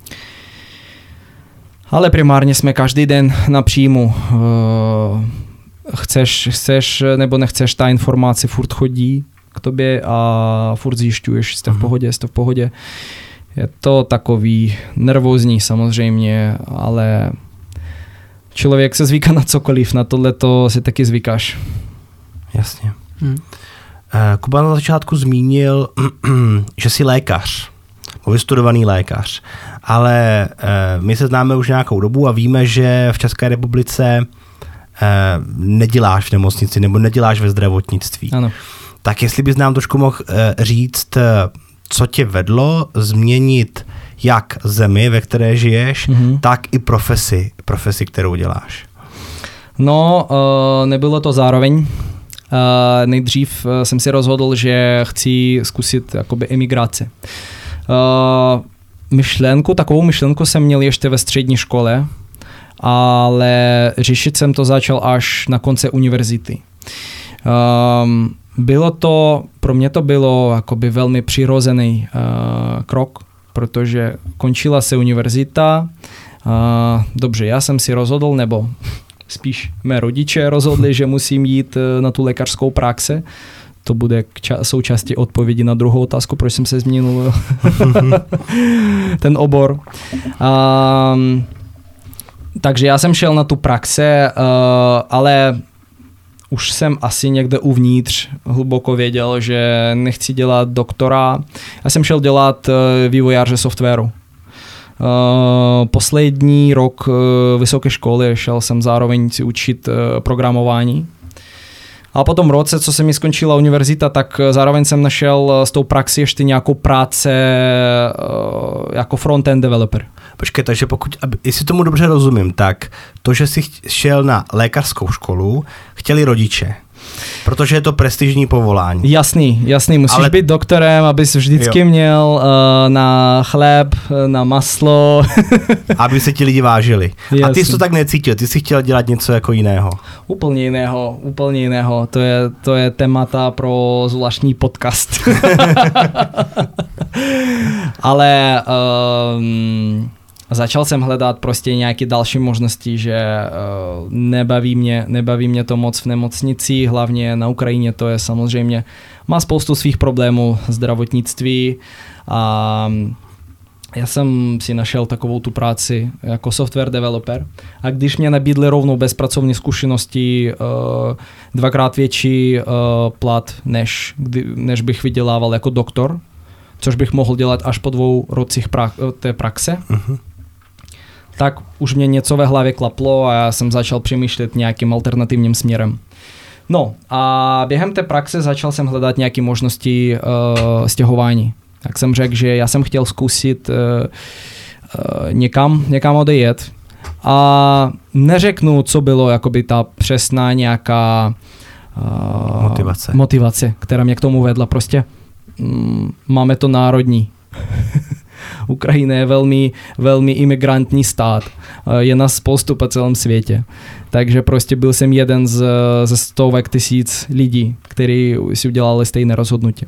Ale primárně jsme každý den na příjmu. Uh, chceš, chceš nebo nechceš, ta informace furt chodí k tobě a furt zjišťuješ, jste v pohodě, jste v pohodě. Je to takový nervózní samozřejmě, ale člověk se zvyká na cokoliv, na tohleto si taky zvykáš. Jasně. Hmm. Kuba na začátku zmínil, že jsi lékař, vystudovaný lékař, ale my se známe už nějakou dobu a víme, že v České republice neděláš v nemocnici nebo neděláš ve zdravotnictví. Ano. Tak jestli bys nám trošku mohl říct, co tě vedlo změnit jak zemi, ve které žiješ, mm-hmm. tak i profesi, profesi, kterou děláš? No, uh, nebylo to zároveň. Uh, nejdřív uh, jsem si rozhodl, že chci zkusit jakoby emigraci. Uh, myšlenku, takovou myšlenku jsem měl ještě ve střední škole, ale řešit jsem to začal až na konci univerzity. Um, bylo to, pro mě to bylo jakoby velmi přirozený uh, krok, protože končila se univerzita. Uh, dobře, já jsem si rozhodl, nebo spíš mé rodiče rozhodli, že musím jít na tu lékařskou praxi. To bude ča- součástí odpovědi na druhou otázku, proč jsem se změnil ten obor. Um, takže já jsem šel na tu praxe, uh, ale už jsem asi někde uvnitř hluboko věděl, že nechci dělat doktora. Já jsem šel dělat uh, vývojáře softwaru. Uh, poslední rok uh, vysoké školy šel jsem zároveň si učit uh, programování. A po tom roce, co se mi skončila univerzita, tak zároveň jsem našel s tou praxi ještě nějakou práce uh, jako front-end developer. Počkej, takže pokud, jestli tomu dobře rozumím, tak to, že jsi šel na lékařskou školu, chtěli rodiče. Protože je to prestižní povolání. Jasný, jasný, musíš Ale... být doktorem, abys vždycky jo. měl uh, na chléb, na maslo. Aby se ti lidi vážili. Jasný. A ty jsi to tak necítil, ty jsi chtěl dělat něco jako jiného. Úplně jiného, úplně jiného. To je, to je témata pro zvláštní podcast. Ale um, začal jsem hledat prostě nějaké další možnosti, že uh, nebaví mě, nebaví mě to moc v nemocnici, hlavně na Ukrajině to je samozřejmě, má spoustu svých problémů zdravotnictví a já jsem si našel takovou tu práci jako software developer a když mě nabídli rovnou bez pracovní zkušenosti uh, dvakrát větší uh, plat, než, kdy, než bych vydělával jako doktor, což bych mohl dělat až po dvou rocích pra- té praxe, uh-huh. tak už mě něco ve hlavě klaplo a já jsem začal přemýšlet nějakým alternativním směrem. No a během té praxe začal jsem hledat nějaké možnosti uh, stěhování. Tak jsem řekl, že já jsem chtěl zkusit uh, uh, někam, někam odejet a neřeknu, co bylo jakoby ta přesná nějaká uh, motivace. motivace, která mě k tomu vedla. Prostě mm, máme to národní. Ukrajina je velmi, velmi imigrantní stát. Je nás spoustu po celém světě. Takže prostě byl jsem jeden z, ze stovek tisíc lidí, kteří si udělali stejné rozhodnutí.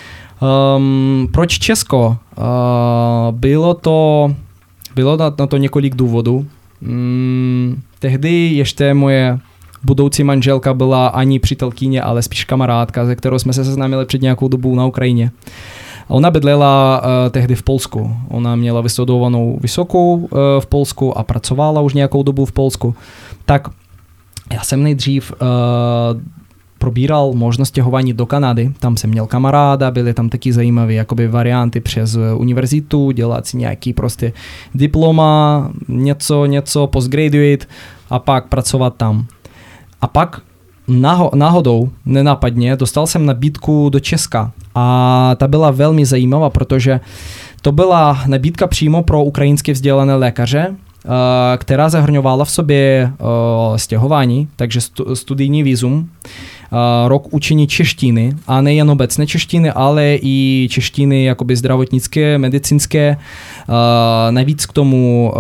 Um, proč Česko? Uh, bylo to, bylo na, na to několik důvodů. Um, tehdy ještě moje budoucí manželka byla ani přítelkyně, ale spíš kamarádka, se kterou jsme se seznámili před nějakou dobu na Ukrajině. Ona bydlela uh, tehdy v Polsku. Ona měla vystudovanou vysokou uh, v Polsku a pracovala už nějakou dobu v Polsku. Tak já jsem nejdřív uh, probíral možnost stěhování do Kanady. Tam jsem měl kamaráda, byly tam taky zajímavé jakoby varianty přes univerzitu, dělat si nějaký prostě diploma, něco, něco postgraduate a pak pracovat tam. A pak náhodou, nenápadně, dostal jsem nabídku do Česka a ta byla velmi zajímavá, protože to byla nabídka přímo pro ukrajinské vzdělané lékaře, která zahrnovala v sobě stěhování, takže studijní vízum, rok učení češtiny a nejen obecné češtiny, ale i češtiny jakoby zdravotnické, medicínské, navíc k tomu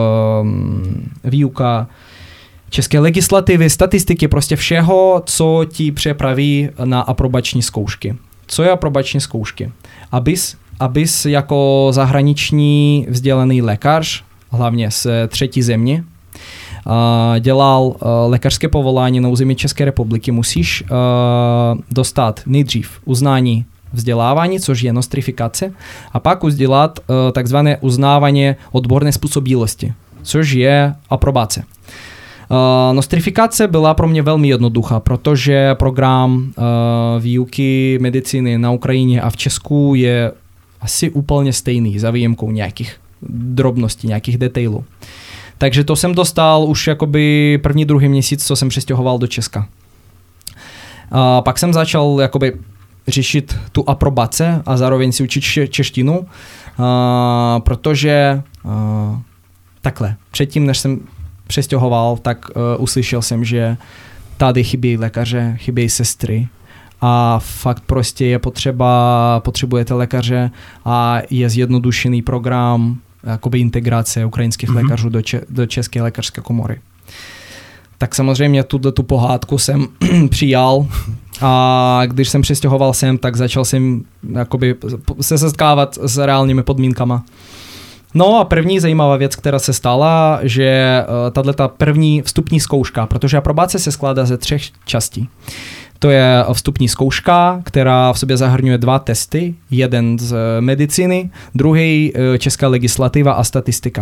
výuka české legislativy, statistiky, prostě všeho, co ti přepraví na aprobační zkoušky. Co je aprobační zkoušky? Abys, abys jako zahraniční vzdělaný lékař, hlavně z třetí země, dělal lékařské povolání na území České republiky, musíš dostat nejdřív uznání vzdělávání, což je nostrifikace, a pak udělat takzvané uznávání odborné způsobilosti, což je aprobace. Uh, nostrifikace byla pro mě velmi jednoduchá, protože program uh, výuky medicíny na Ukrajině a v Česku je asi úplně stejný, za výjimkou nějakých drobností, nějakých detailů. Takže to jsem dostal už jakoby první, druhý měsíc, co jsem přestěhoval do Česka. Uh, pak jsem začal jakoby řešit tu aprobace a zároveň si učit češtinu, uh, protože uh, takhle, předtím, než jsem přestěhoval, tak uh, uslyšel jsem, že tady chybějí lékaře, chybějí sestry a fakt prostě je potřeba, potřebujete lékaře a je zjednodušený program jakoby integrace ukrajinských mm-hmm. lékařů do, če- do České lékařské komory. Tak samozřejmě tuto tu pohádku jsem přijal a když jsem přestěhoval sem, tak začal jsem jakoby se setkávat s reálnými podmínkama. No a první zajímavá věc, která se stala, že uh, tato první vstupní zkouška, protože aprobace se skládá ze třech částí. To je vstupní zkouška, která v sobě zahrnuje dva testy, jeden z medicíny, druhý uh, česká legislativa a statistika.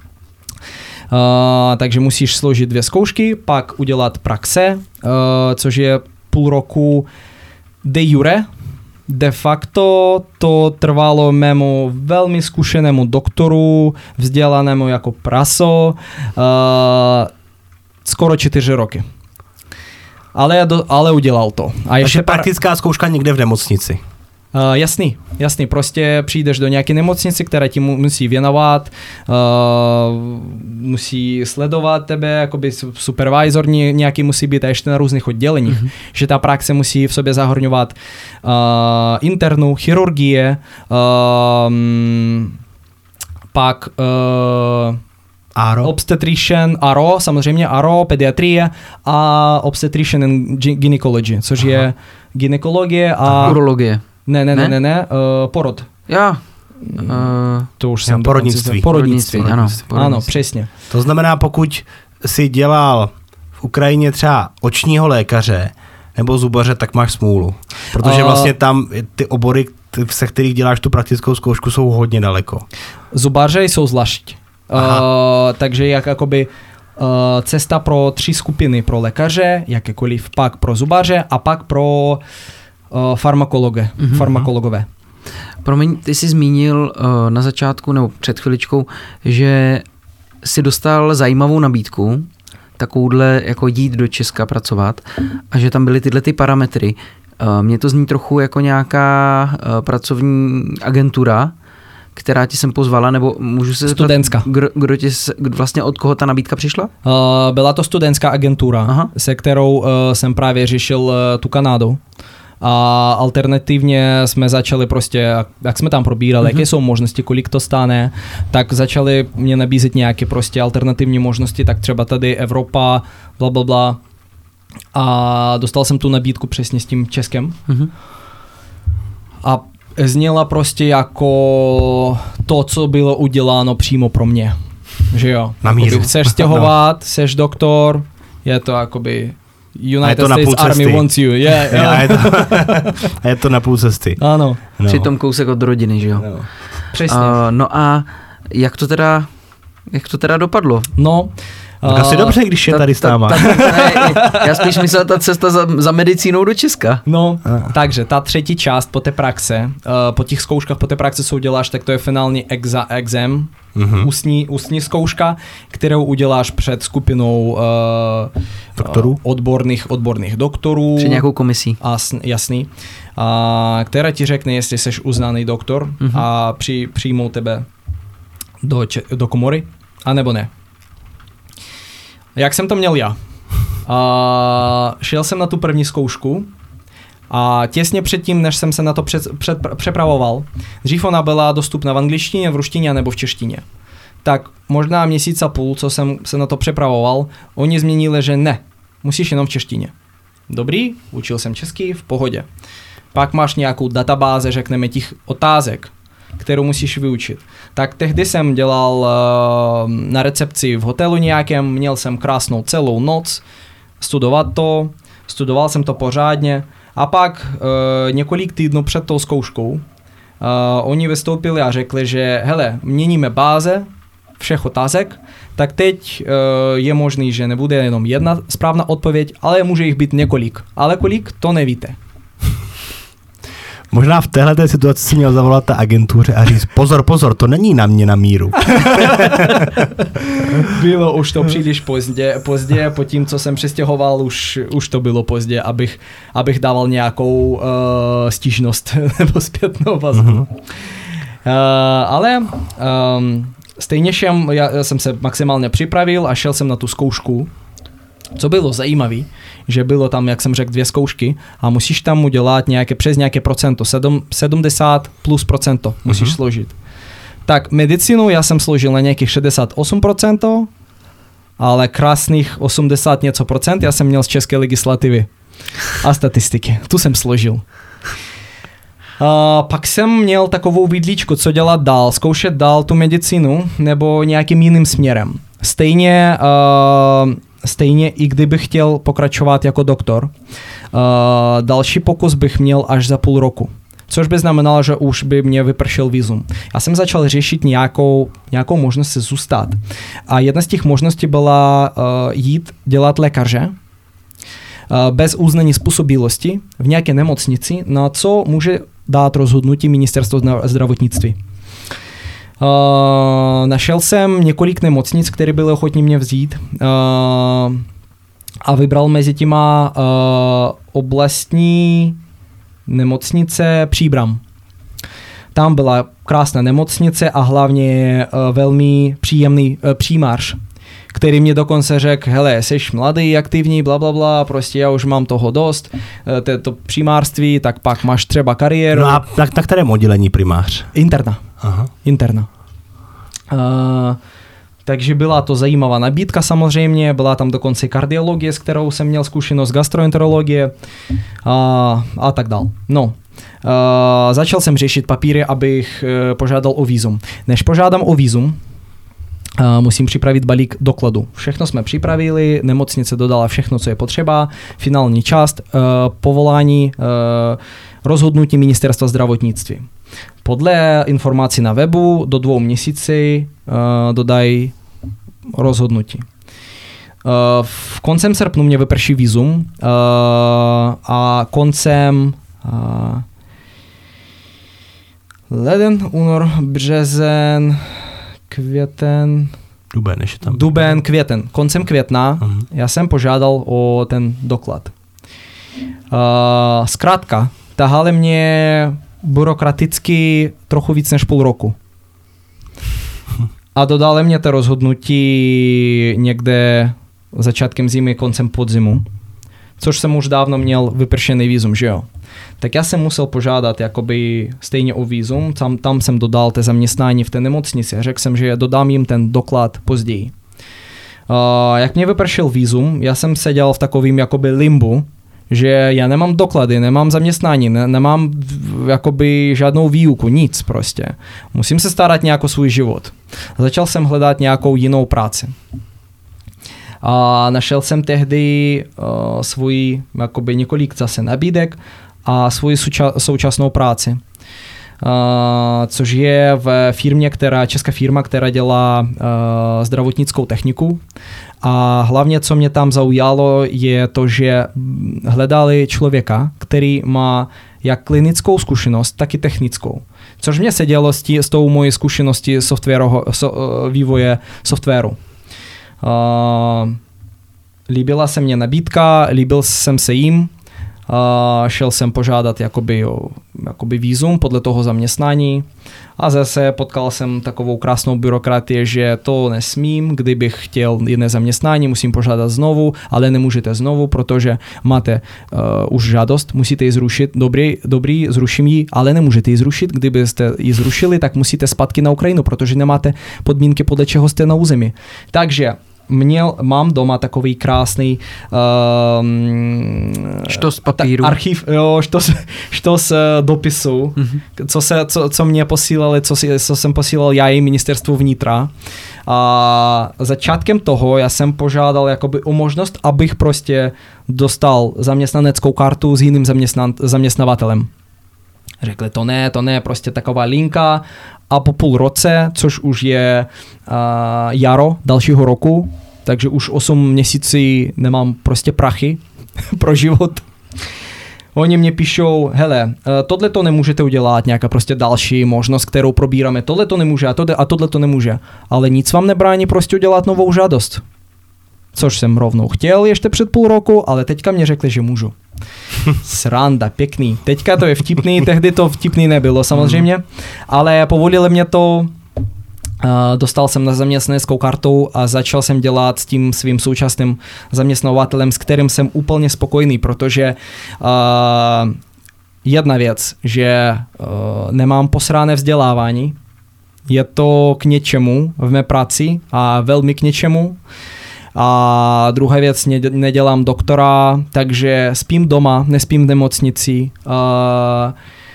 Uh, takže musíš složit dvě zkoušky, pak udělat praxe, uh, což je půl roku de jure. De facto to trvalo mému velmi zkušenému doktoru, vzdělanému jako praso, uh, skoro čtyři roky. Ale, ale udělal to. A ještě par- praktická zkouška někde v nemocnici. Uh, jasný, jasný, prostě přijdeš do nějaké nemocnice, která ti mu, musí věnovat, uh, musí sledovat tebe, jakoby supervisor nějaký musí být a ještě na různých odděleních, mm-hmm. že ta praxe musí v sobě zahrnovat uh, internu, chirurgie, uh, pak uh, Aro. obstetrician, aro, samozřejmě aro, pediatrie a obstetrician and gynecology, což Aha. je gynekologie a... urologie. Ne, ne, ne, ne, ne, uh, porod. Já. Uh, to už já, jsem porodnictví. Porodnictví, ano. Porodnictví. Ano, přesně. To znamená, pokud si dělal v Ukrajině třeba očního lékaře nebo zubaře, tak máš smůlu. Protože vlastně tam ty obory, se kterých děláš tu praktickou zkoušku, jsou hodně daleko. Zubaře jsou zvlášť. Uh, takže jak jakoby uh, cesta pro tři skupiny, pro lékaře, jakékoliv, pak pro zubaře a pak pro uh, farmakologe, mm-hmm. farmakologové. Promiň, ty jsi zmínil uh, na začátku nebo před chviličkou, že jsi dostal zajímavou nabídku, takovouhle jako jít do Česka pracovat a že tam byly tyhle ty parametry. Uh, mně to zní trochu jako nějaká uh, pracovní agentura, která ti sem pozvala, nebo můžu se zeptat, kdo, kdo ti, vlastně od koho ta nabídka přišla? Uh, byla to studentská agentura, Aha. se kterou uh, jsem právě řešil uh, tu Kanadu. A alternativně jsme začali prostě, jak, jak jsme tam probírali, mm-hmm. jaké jsou možnosti, kolik to stane, tak začali mě nabízet nějaké prostě alternativní možnosti, tak třeba tady Evropa, bla, bla, bla. A dostal jsem tu nabídku přesně s tím Českem. Mm-hmm. A zněla prostě jako to, co bylo uděláno přímo pro mě. Že jo? Na míru. Chceš stěhovat, no. Seš doktor, je to jakoby United to States Army wants you. Yeah, yeah. A, je to, a je to na půl cesty. Ano. No. Přitom kousek od rodiny, že jo? No. Přesně. Uh, no a jak to teda, jak to teda dopadlo? No, tak asi dobře, když je ta, tady s náma. Ta, ta, ta, já spíš myslel ta cesta za, za medicínou do Česka. No, a. takže ta třetí část po té praxe, uh, po těch zkouškách po té praxe, co uděláš, tak to je finální exa, exam, mm-hmm. ústní, ústní zkouška, kterou uděláš před skupinou uh, doktorů? Uh, odborných, odborných doktorů. Před nějakou komisí. A, jasný. A, která ti řekne, jestli jsi uznaný doktor mm-hmm. a při, přijmou tebe do, do komory, anebo ne. Jak jsem to měl já? A šel jsem na tu první zkoušku a těsně předtím, než jsem se na to před, před, přepravoval, dřív ona byla dostupná v angličtině, v ruštině nebo v češtině. Tak možná měsíc a půl, co jsem se na to přepravoval, oni změnili, že ne, musíš jenom v češtině. Dobrý, učil jsem česky, v pohodě. Pak máš nějakou databáze, řekneme, těch otázek, kterou musíš vyučit. Tak tehdy jsem dělal uh, na recepci v hotelu nějakém, měl jsem krásnou celou noc, studovat to, studoval jsem to pořádně a pak uh, několik týdnů před tou zkouškou uh, oni vystoupili a řekli, že hele, měníme báze všech otázek, tak teď uh, je možný, že nebude jenom jedna správná odpověď, ale může jich být několik. Ale kolik, to nevíte. Možná v téhleté situaci si měl zavolat ta agentuře a říct, pozor, pozor, to není na mě na míru. Bylo už to příliš pozdě, pozdě, po tím, co jsem přestěhoval, už, už to bylo pozdě, abych, abych dával nějakou uh, stížnost nebo zpětnou vazbu. Uh-huh. Uh, ale um, stejně šem, já jsem se maximálně připravil a šel jsem na tu zkoušku. Co bylo zajímavé, že bylo tam, jak jsem řekl, dvě zkoušky a musíš tam udělat nějaké, přes nějaké procento, sedmdesát plus procento musíš uh-huh. složit. Tak medicínu já jsem složil na nějakých šedesát osm procent, ale krásných osmdesát něco procent já jsem měl z české legislativy a statistiky. Tu jsem složil. Uh, pak jsem měl takovou vidličku, co dělat dál, zkoušet dál tu medicínu nebo nějakým jiným směrem. Stejně, uh, stejně i kdybych chtěl pokračovat jako doktor, uh, další pokus bych měl až za půl roku. Což by znamenalo, že už by mě vypršel vízum. Já jsem začal řešit nějakou, nějakou možnost se zůstat. A jedna z těch možností byla uh, jít dělat lékaře uh, bez uznání způsobilosti v nějaké nemocnici, na co může dát rozhodnutí ministerstvo zdravotnictví. Uh, našel jsem několik nemocnic, které byly ochotní mě vzít uh, a vybral mezi těma uh, oblastní nemocnice Příbram. Tam byla krásná nemocnice a hlavně uh, velmi příjemný uh, přímář, který mě dokonce řekl, hele, jsi mladý, aktivní, bla, bla, bla, prostě já už mám toho dost, uh, to přímářství, tak pak máš třeba kariéru. No a na, na kterém oddělení primář? Interna. Aha. Interna. Uh, takže byla to zajímavá nabídka samozřejmě, byla tam dokonce kardiologie, s kterou jsem měl zkušenost, gastroenterologie a, a tak dál. No, uh, začal jsem řešit papíry, abych uh, požádal o vízum. Než požádám o vízum, uh, musím připravit balík dokladů. Všechno jsme připravili, nemocnice dodala všechno, co je potřeba, finální část, uh, povolání, uh, rozhodnutí ministerstva zdravotnictví. Podle informací na webu do dvou měsíců uh, dodají rozhodnutí. Uh, v koncem srpnu mě vyprší vízum uh, a koncem uh, leden, únor, březen, květen, Duben, ještě tam. Duben, květen. Koncem května uh-huh. já jsem požádal o ten doklad. Uh, zkrátka, tahali mě byrokraticky trochu víc než půl roku. A dodali mě to rozhodnutí někde začátkem zimy, koncem podzimu, což jsem už dávno měl vypršený vízum, že jo. Tak já jsem musel požádat jakoby stejně o vízum, tam, tam jsem dodal te zaměstnání v té nemocnici, řekl jsem, že dodám jim ten doklad později. Uh, jak mě vypršel vízum, já jsem seděl v takovým jakoby limbu, že já nemám doklady, nemám zaměstnání, ne, nemám jakoby žádnou výuku, nic prostě. Musím se starat nějak o svůj život. Začal jsem hledat nějakou jinou práci. A našel jsem tehdy uh, svůj jakoby několik zase nabídek a svou souča- současnou práci. Uh, což je v firmě, která, česká firma, která dělá uh, zdravotnickou techniku. A hlavně, co mě tam zaujalo, je to, že hledali člověka, který má jak klinickou zkušenost, tak i technickou. Což mě sedělo s, tí, s tou mojí zkušeností so, vývoje softwaru. Uh, líbila se mě nabídka, líbil jsem se jim. Uh, šel jsem požádat jakoby, o, jakoby vízum podle toho zaměstnání a zase potkal jsem takovou krásnou byrokratii, že to nesmím, kdybych chtěl jiné zaměstnání, musím požádat znovu, ale nemůžete znovu, protože máte uh, už žádost, musíte ji zrušit, dobrý, dobrý, zruším ji, ale nemůžete ji zrušit, kdybyste ji zrušili, tak musíte zpátky na Ukrajinu, protože nemáte podmínky, podle čeho jste na území. Takže Měl, mám doma takový krásný um, štos papíru. Archiv, jo, štos, štos uh, dopisů, mm-hmm. co, se, co, co mě posílali, co, si, co jsem posílal já i ministerstvu vnitra. A začátkem toho já jsem požádal jakoby o možnost, abych prostě dostal zaměstnaneckou kartu s jiným zaměstnan, zaměstnavatelem. Řekli to ne, to ne, prostě taková linka a po půl roce, což už je uh, jaro dalšího roku, takže už osm měsíců nemám prostě prachy pro život. Oni mě píšou, hele, tohle to nemůžete udělat, nějaká prostě další možnost, kterou probíráme, tohle to nemůže a tohle, a tohle to nemůže. Ale nic vám nebrání prostě udělat novou žádost. Což jsem rovnou chtěl ještě před půl roku, ale teďka mě řekli, že můžu. Sranda, pěkný. Teďka to je vtipný, tehdy to vtipný nebylo samozřejmě, ale povolili mě to. Uh, dostal jsem na zaměstnaneckou kartu a začal jsem dělat s tím svým současným zaměstnavatelem, s kterým jsem úplně spokojený, protože uh, jedna věc, že uh, nemám posrané vzdělávání, je to k něčemu v mé práci a velmi k něčemu. A druhá věc, nedělám doktora, takže spím doma, nespím v nemocnici. Uh,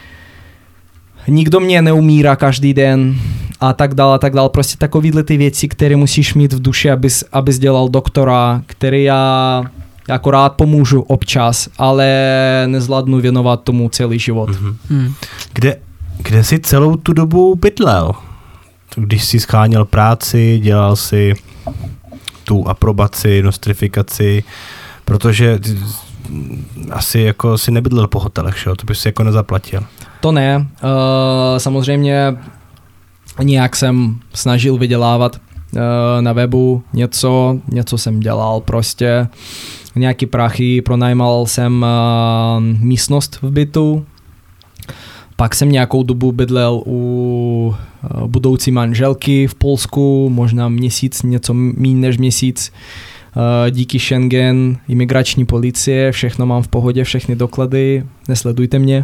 nikdo mě neumírá každý den a tak dále, a tak dále. Prostě takovýhle ty věci, které musíš mít v duši, abys, abys dělal doktora, který já jako rád pomůžu občas, ale nezvládnu věnovat tomu celý život. Mm-hmm. Hmm. Kde, kde jsi celou tu dobu bydlel? Když jsi scháněl práci, dělal si tu aprobaci, nostrifikaci, protože asi jako si nebydlel po hotelech, šo? To bys si jako nezaplatil. To ne, uh, samozřejmě nějak jsem snažil vydělávat uh, na webu něco, něco jsem dělal prostě, nějaký prachy, pronajímal jsem uh, místnost v bytu, pak jsem nějakou dobu bydlel u uh, budoucí manželky v Polsku, možná měsíc, něco méně než měsíc. Uh, díky Schengen, imigrační policie, všechno mám v pohodě, všechny doklady, nesledujte mě.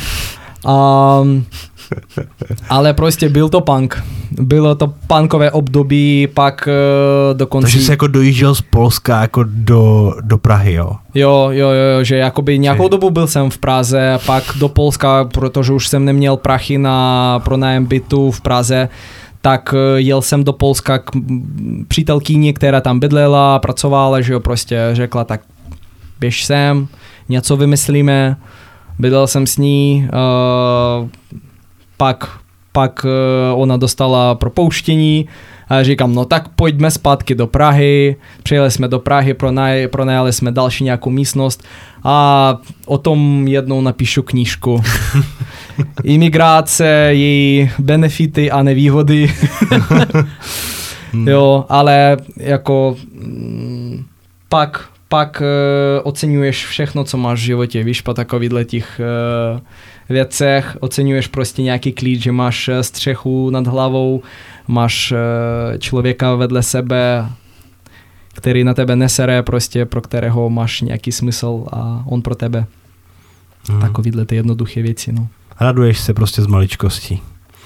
um, ale prostě byl to punk. Bylo to punkové období, pak uh, dokonce... Takže jsi jako dojížděl z Polska jako do, do Prahy, jo? Jo, jo, jo, že jakoby nějakou dobu byl jsem v Praze, pak do Polska, protože už jsem neměl prachy na pronájem bytu v Praze, tak jel jsem do Polska k přítelkyni, která tam bydlela, pracovala, že jo, prostě řekla, tak běž sem, něco vymyslíme, bydlel jsem s ní, uh, pak, pak uh, ona dostala propouštění a říkám, no tak pojďme zpátky do Prahy, přijeli jsme do Prahy, pronaj, pronajali jsme další nějakou místnost a o tom jednou napíšu knížku. Imigrace, její benefity a nevýhody. Jo, ale jako mm, pak, pak uh, oceňuješ všechno, co máš v životě, víš, po takovýchhle těch uh, věcech, oceňuješ prostě nějaký klíč, že máš střechu nad hlavou, máš uh, člověka vedle sebe, který na tebe nesere, prostě pro kterého máš nějaký smysl a on pro tebe. Hmm. Takovýhle ty jednoduché věci, no. Raduješ se prostě z maličkostí.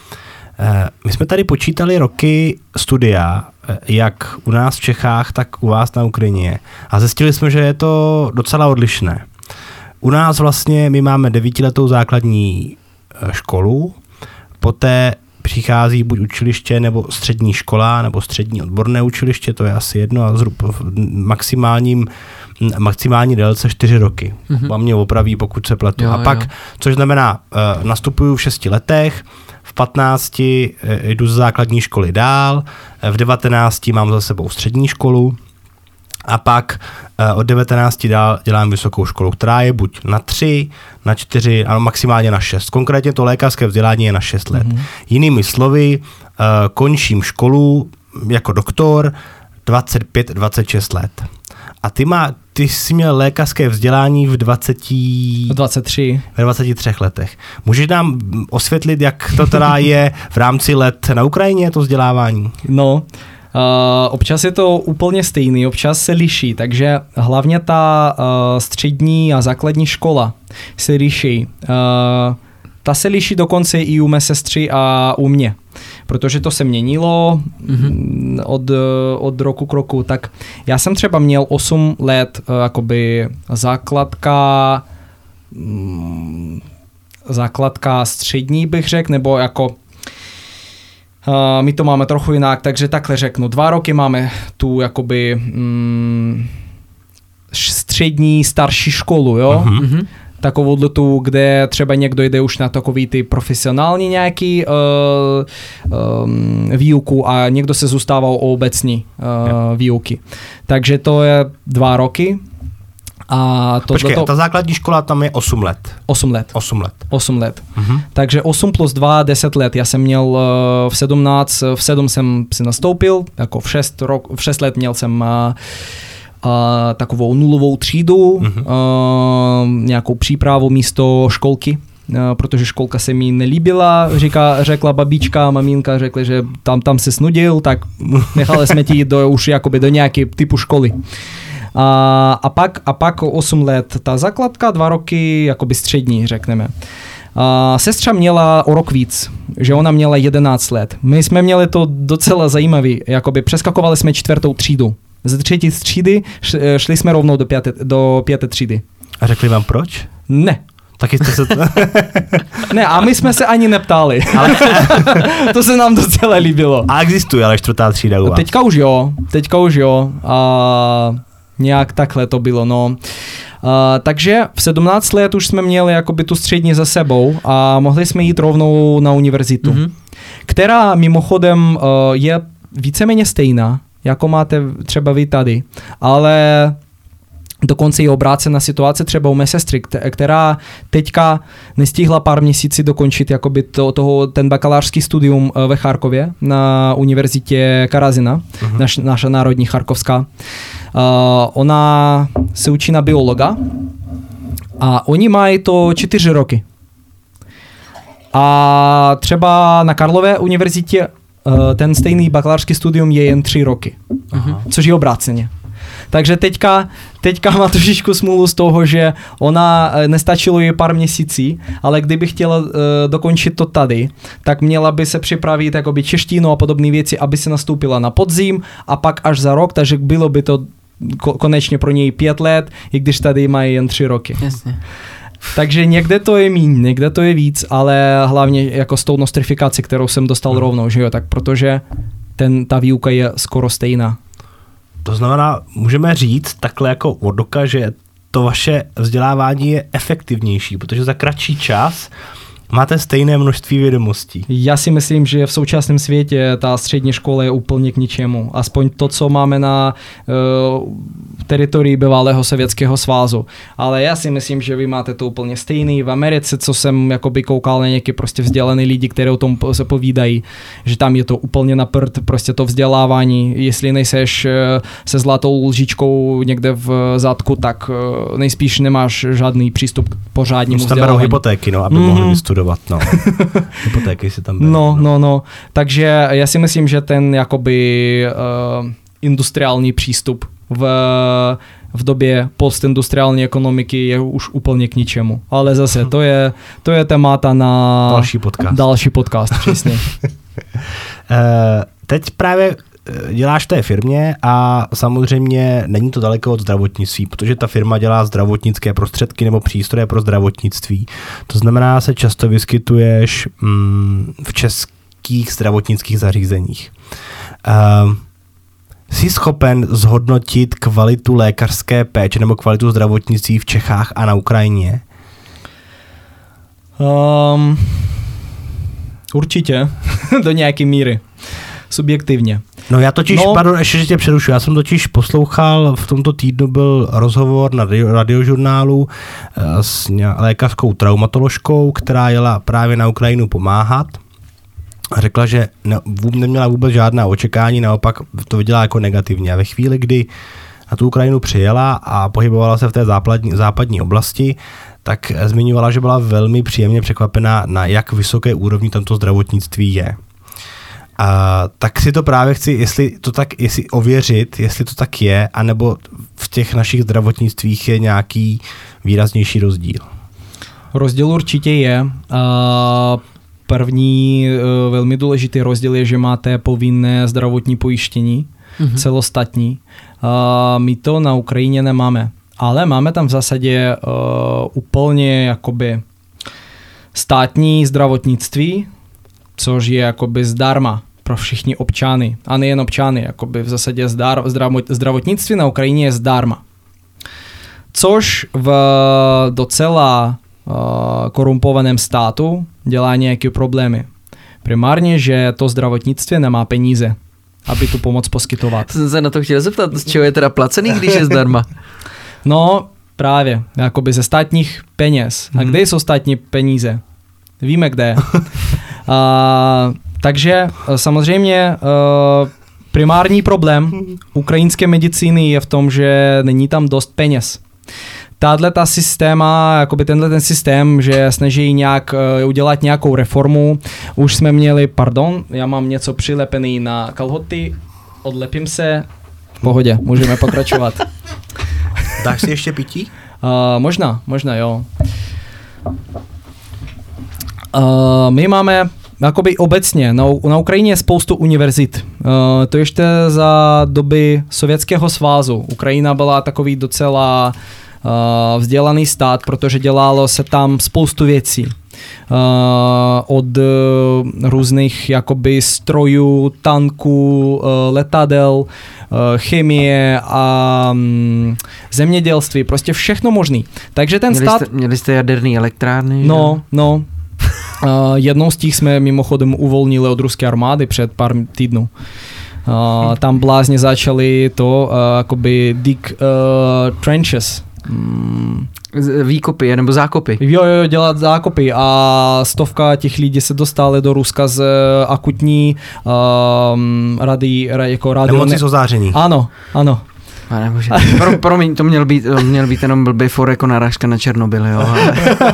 My jsme tady počítali roky studia, jak u nás v Čechách, tak u vás na Ukrajině. A zjistili jsme, že je to docela odlišné. U nás vlastně my máme devítiletou základní školu, poté přichází buď učiliště, nebo střední škola, nebo střední odborné učiliště, to je asi jedno, a zhruba v maximálním, maximální délce čtyři roky. Mm-hmm. Mě opraví, pokud se pletu. Jo, a pak, jo. Což znamená, uh, nastupuju v šesti letech, v patnácti uh, jdu z základní školy dál, v devatenácti mám za sebou střední školu, a pak uh, od devatenácti dál dělám vysokou školu, která je buď na tři, na čtyři, ale maximálně na šest. Konkrétně to lékařské vzdělání je na šest let. Mm-hmm. Jinými slovy, uh, končím školu jako doktor dvacet pět dvacet šest let. A ty, má, ty jsi měl lékařské vzdělání v dvaceti... dvacet tři. Ve dvaceti třech letech. Můžeš nám osvětlit, jak to teda je v rámci let na Ukrajině, to vzdělávání? No, Uh, občas je to úplně stejný, občas se liší, takže hlavně ta uh, střední a základní škola se liší. Uh, ta se liší dokonce i u mé sestry a u mě, protože to se měnilo mm-hmm. od, od roku k roku. Tak já jsem třeba měl osm let uh, jakoby základka, um, základka střední bych řekl, nebo jako Uh, my to máme trochu jinak, takže takhle řeknu. Dva roky máme tu jakoby mm, střední, starší školu, jo? Uh-huh. Takovou tu, kde třeba někdo jde už na takový ty profesionální nějaký uh, um, výuku a někdo se zůstával o obecní uh, výuky. Takže to je dva roky A to Počkej, to... a ta základní škola tam je osm let. osm let. osm let. osm let. Mhm. Takže osm plus dva, deset let. Já jsem měl uh, v sedmnáct, v sedm jsem si nastoupil, jako v šest, rok, v šest let měl jsem uh, uh, takovou nulovou třídu, mhm. uh, nějakou přípravu místo školky. Protože školka se mi nelíbila, říká, řekla babička, maminka řekla, že tam, tam se snudil, tak nechali jsme ti jít do, už jakoby do nějaké typu školy. A, a, pak, a pak osm let ta základka, dva roky jakoby střední, řekneme. A sestra měla o rok víc, že ona měla jedenáct let. My jsme měli to docela zajímavý, jakoby přeskakovali jsme čtvrtou třídu. Ze třetí třídy šli jsme rovnou do páté, do páté třídy. A řekli vám proč? Ne. Taky jste se to... Ne, a my jsme se ani neptali. Ale... To se nám docela líbilo. A existuje ale čtvrtá třída u vás. Teďka už jo, teďka už jo. A nějak takhle to bylo, no. A, takže v sedmnáct let už jsme měli jakoby tu střední za sebou a mohli jsme jít rovnou na univerzitu, mm-hmm. která mimochodem uh, je víceméně stejná, jako máte třeba vy tady, ale dokonce je obrácená situace třeba u mé sestry, která teďka nestihla pár měsící dokončit jakoby to, toho, ten bakalářský studium ve Charkově na univerzitě Karazina, uh-huh. naš, naša národní charkovská. Uh, ona se učí na biologa a oni mají to čtyři roky. A třeba na Karlově univerzitě uh, ten stejný bakalářský studium je jen tři roky, uh-huh. což je obráceně. Takže teďka, teďka má trošičku smůlu z toho, že ona nestačilo jí pár měsící, ale kdyby chtěla uh, dokončit to tady, tak měla by se připravit jakoby češtinu a podobné věci, aby se nastoupila na podzim a pak až za rok, takže bylo by to ko- konečně pro něj pět let, i když tady mají jen tři roky. Jasně. Takže někde to je míň, někde to je víc, ale hlavně jako s tou nostrifikací, kterou jsem dostal hmm. rovnou, že jo, tak protože ten, ta výuka je skoro stejná. To znamená, můžeme říct takhle jako od oka, že to vaše vzdělávání je efektivnější, protože za kratší čas máte stejné množství vědomostí. Já si myslím, že v současném světě ta střední škola je úplně k ničemu. Aspoň to, co máme na uh, teritorii bývalého Sovětského svazu. Ale já si myslím, že vy máte to úplně stejný. V Americe, co jsem jakoby koukal na nějaké prostě vzdělané lidi, které o tom se povídají, že tam je to úplně na prd, prostě to vzdělávání. Jestli nejseš uh, se zlatou lžičkou někde v zadku, tak uh, nejspíš nemáš žádný přístup k pořádnímu vzdělávání. Tam berou hypotéky, no, aby mm-hmm. mohli vystudovat. No. Hypotéky si tam berou. No, no, no. Takže já si myslím, že ten jakoby uh, industriální přístup v, v době postindustriální ekonomiky je už úplně k ničemu. Ale zase to je, to je témata na další podcast. Další podcast, přesně. Teď právě děláš v té firmě a samozřejmě není to daleko od zdravotnictví, protože ta firma dělá zdravotnické prostředky nebo přístroje pro zdravotnictví. To znamená, se často vyskytuješ mm, v českých zdravotnických zařízeních. Uh, jsi schopen zhodnotit kvalitu lékařské péče nebo kvalitu zdravotnictví v Čechách a na Ukrajině? Um, určitě, do nějaké míry. Subjektivně. No já totiž, no, pardon, ještě, že tě přerušu, já jsem totiž poslouchal, v tomto týdnu byl rozhovor na radiožurnálu s lékařskou traumatoložkou, která jela právě na Ukrajinu pomáhat a řekla, že ne, neměla vůbec žádná očekání, naopak to viděla jako negativně. A ve chvíli, kdy na tu Ukrajinu přijela a pohybovala se v té západní, západní oblasti, tak zmiňovala, že byla velmi příjemně překvapená, na jak vysoké úrovni tamto zdravotnictví je. A tak si to právě chci, jestli to tak, jestli ověřit, jestli to tak je, anebo v těch našich zdravotnictvích je nějaký výraznější rozdíl. Rozdíl určitě je. První velmi důležitý rozdíl je, že máte povinné zdravotní pojištění, mm-hmm. celostatní. My to na Ukrajině nemáme, ale máme tam v zásadě úplně jakoby státní zdravotnictví, což je jakoby zdarma pro všichni občany, a nejen občany, jakoby v zásadě zdar, zdravotnictví na Ukrajině je zdarma. Což v docela uh, korumpovaném státu dělá nějaké problémy. Primárně, že to zdravotnictví nemá peníze, aby tu pomoc poskytovat. Jsem se na to chtěl zeptat, z čeho je teda placený, když je zdarma? No, Právě, jakoby ze státních peněz. A kde jsou státní peníze? Víme kde. A, takže samozřejmě primární problém ukrajinské medicíny je v tom, že není tam dost peněz. Tahle ta systéma, jakoby tenhle ten systém, že snaží nějak uh, udělat nějakou reformu. Už jsme měli, pardon, já mám něco přilepený na kalhoty, odlepím se, v pohodě, můžeme pokračovat. Dáš si ještě pití? Uh, možná, možná jo. Uh, my máme jakoby obecně, na, na Ukrajině je spoustu univerzit. Uh, to ještě za doby Sovětského svazu. Ukrajina byla takový docela uh, vzdělaný stát, protože dělalo se tam spoustu věcí. Uh, od uh, různých jakoby strojů, tanků, uh, letadel, uh, chemie a um, zemědělství, prostě všechno možný. Takže ten měli stát... Jste, měli jste jaderné elektrárny? No, že? no. Uh, jednou z těch jsme mimochodem uvolnili od ruské armády před pár týdnů. Uh, tam blázně začali to, uh, jakoby dig uh, trenches. Mm. Výkopy, nebo zákopy. Jo, jo, dělat zákopy a stovka těch lidí se dostali do Ruska z akutní um, rady, jako radio... Nemoci z ozáření. Ano, ano. Pane bože. Pro, promiň, to měl být, to měl být jenom blbý for jako narážka na Černobyl, jo. Ale...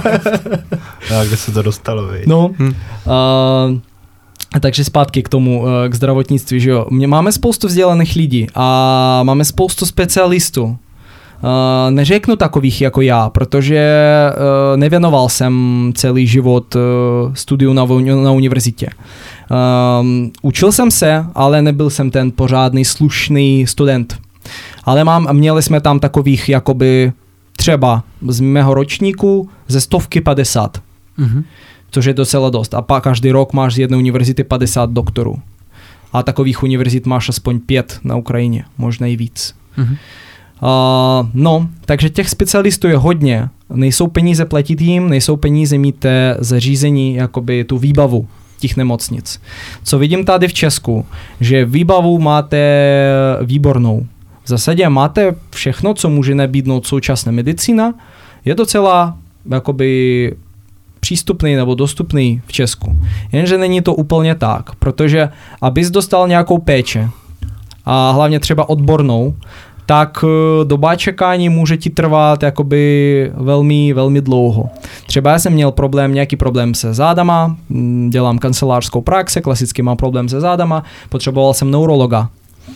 A kde se to dostalo, viď? No, hm. uh, takže zpátky k tomu, uh, k zdravotnictví, že jo. Máme spoustu vzdělaných lidí a máme spoustu specialistů. Uh, neřeknu takových jako já, protože uh, nevěnoval jsem celý život uh, studiu na, na univerzitě. Um, učil jsem se, ale nebyl jsem ten pořádný, slušný student. Ale mám, měli jsme tam takových jakoby třeba z mého ročníku ze stovky padesát, mm-hmm. což je docela dost. A pak každý rok máš z jedné univerzity padesát doktorů. A takových univerzit máš aspoň pět na Ukrajině, možná i víc. Mm-hmm. Uh, no, takže těch specialistů je hodně. Nejsou peníze platit jim, nejsou peníze mít té zařízení, jakoby tu výbavu těch nemocnic. Co vidím tady v Česku, že výbavu máte výbornou. V zásadě máte všechno, co může nabídnout současná medicína, je docela jakoby přístupný nebo dostupný v Česku. Jenže není to úplně tak, protože abys dostal nějakou péči a hlavně třeba odbornou, tak doba čekání může ti trvat jakoby velmi, velmi dlouho. Třeba já jsem měl problém, nějaký problém se zádama, dělám kancelářskou praxi, klasicky mám problém se zádama, potřeboval jsem neurologa.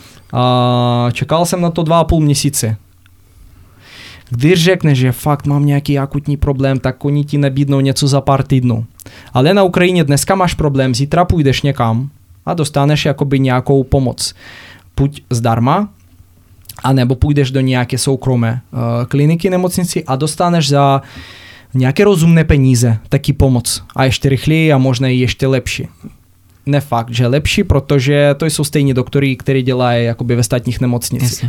A čekal jsem na to dva a půl měsíce. Když řekneš, že fakt mám nějaký akutní problém, tak oni ti nabídnou něco za pár týdnů. Ale na Ukrajině dneska máš problém, zítra půjdeš někam a dostaneš jakoby nějakou pomoc. Buď zdarma, anebo půjdeš do nějaké soukromé uh, kliniky, nemocnici a dostaneš za nějaké rozumné peníze taky pomoc. A ještě rychleji a možná i ještě lepší. Ne fakt, že lepší, protože to jsou stejní doktory, kteří dělají jakoby ve státních nemocnicích.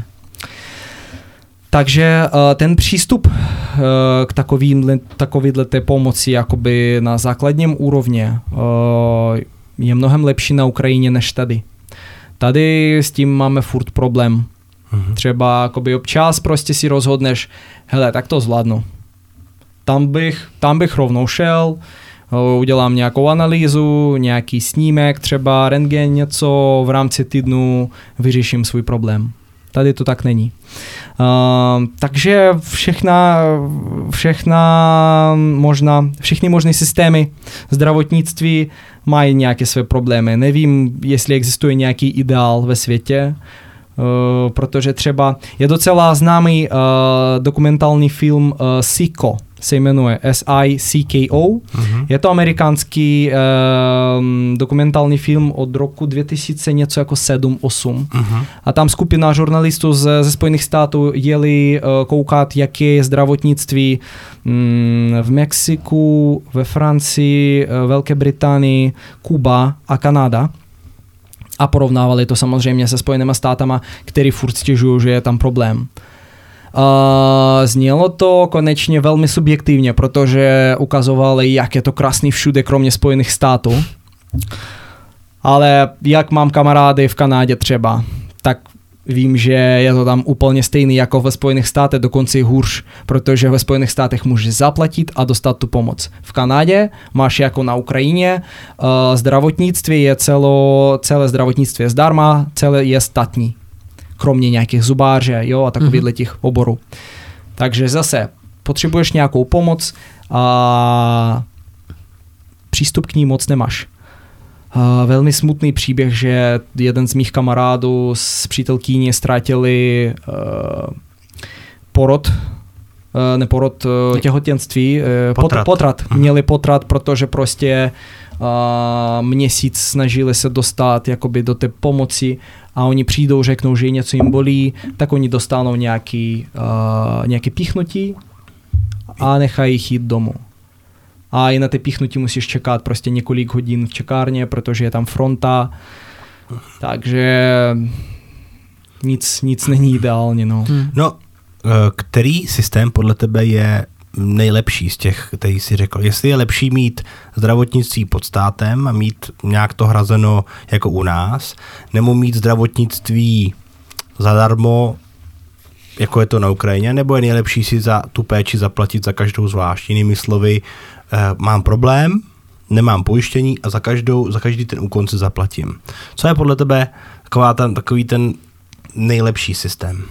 Takže uh, ten přístup uh, k takovým, takovýhle té pomoci jakoby na základním úrovně uh, je mnohem lepší na Ukrajině než tady. Tady s tím máme furt problém. Mm-hmm. Třeba jakoby občas prostě si rozhodneš, hele, tak to zvládnu. Tam bych, tam bych rovnou šel, udělám nějakou analýzu, nějaký snímek, třeba rentgen, něco v rámci týdnu, vyřeším svůj problém. Tady to tak není. Uh, takže všechna, všechna možná, všechny možné systémy zdravotnictví mají nějaké své problémy. Nevím, jestli existuje nějaký ideál ve světě, uh, protože třeba je docela známý uh, dokumentální film uh, Sicko, se jmenuje S I C K O. Uh-huh. Je to amerikánský uh, dokumentální film od roku dva tisíce něco jako sedm osm. Uh-huh. A tam skupina žurnalistů z, ze Spojených států jeli uh, koukat, jaké je zdravotnictví um, v Mexiku, ve Francii, uh, Velké Británii, Kuba a Kanada. A porovnávali to samozřejmě se Spojenými státama, který furt stěžují, že je tam problém. Uh, znělo to konečně velmi subjektivně, protože ukazovali, jak je to krásný všude, kromě Spojených států. Ale jak mám kamarády v Kanadě třeba, tak Vím, že je to tam úplně stejný jako ve Spojených státech, dokonce i hůř, protože ve Spojených státech můžeš zaplatit a dostat tu pomoc. V Kanadě máš jako na Ukrajině, uh, zdravotnictví je celo, celé zdravotnictví je zdarma, celé je statní. Kromě nějakých zubáře, jo, a takovýchhle mm-hmm. těch oborů. Takže zase potřebuješ nějakou pomoc a přístup k ní moc nemáš. Uh, velmi smutný příběh, že jeden z mých kamarádů s přítelkyní ztratili uh, porod, uh, ne porod, uh, těhotenství, uh, potrat. potrat. Hmm. Měli potrat, protože prostě uh, měsíc snažili se dostat jakoby do té pomoci a oni přijdou, řeknou, že něco jim bolí, tak oni dostanou nějaký, uh, nějaké píchnutí a nechají jich jít domů. A i na ty píchnutí musíš čekat prostě několik hodin v čekárně, protože je tam fronta, takže nic, nic není ideální. No. Hmm. no, který systém podle tebe je nejlepší z těch, který jsi řekl? Jestli je lepší mít zdravotnictví pod státem a mít nějak to hrazeno jako u nás, nebo mít zdravotnictví zadarmo, jako je to na Ukrajině, nebo je nejlepší si za tu péči zaplatit za každou zvlášť? Jinými slovy, eh, mám problém, nemám pojištění a za, každou, za každý ten úkon se zaplatím. Co je podle tebe taková ten, takový ten nejlepší systém?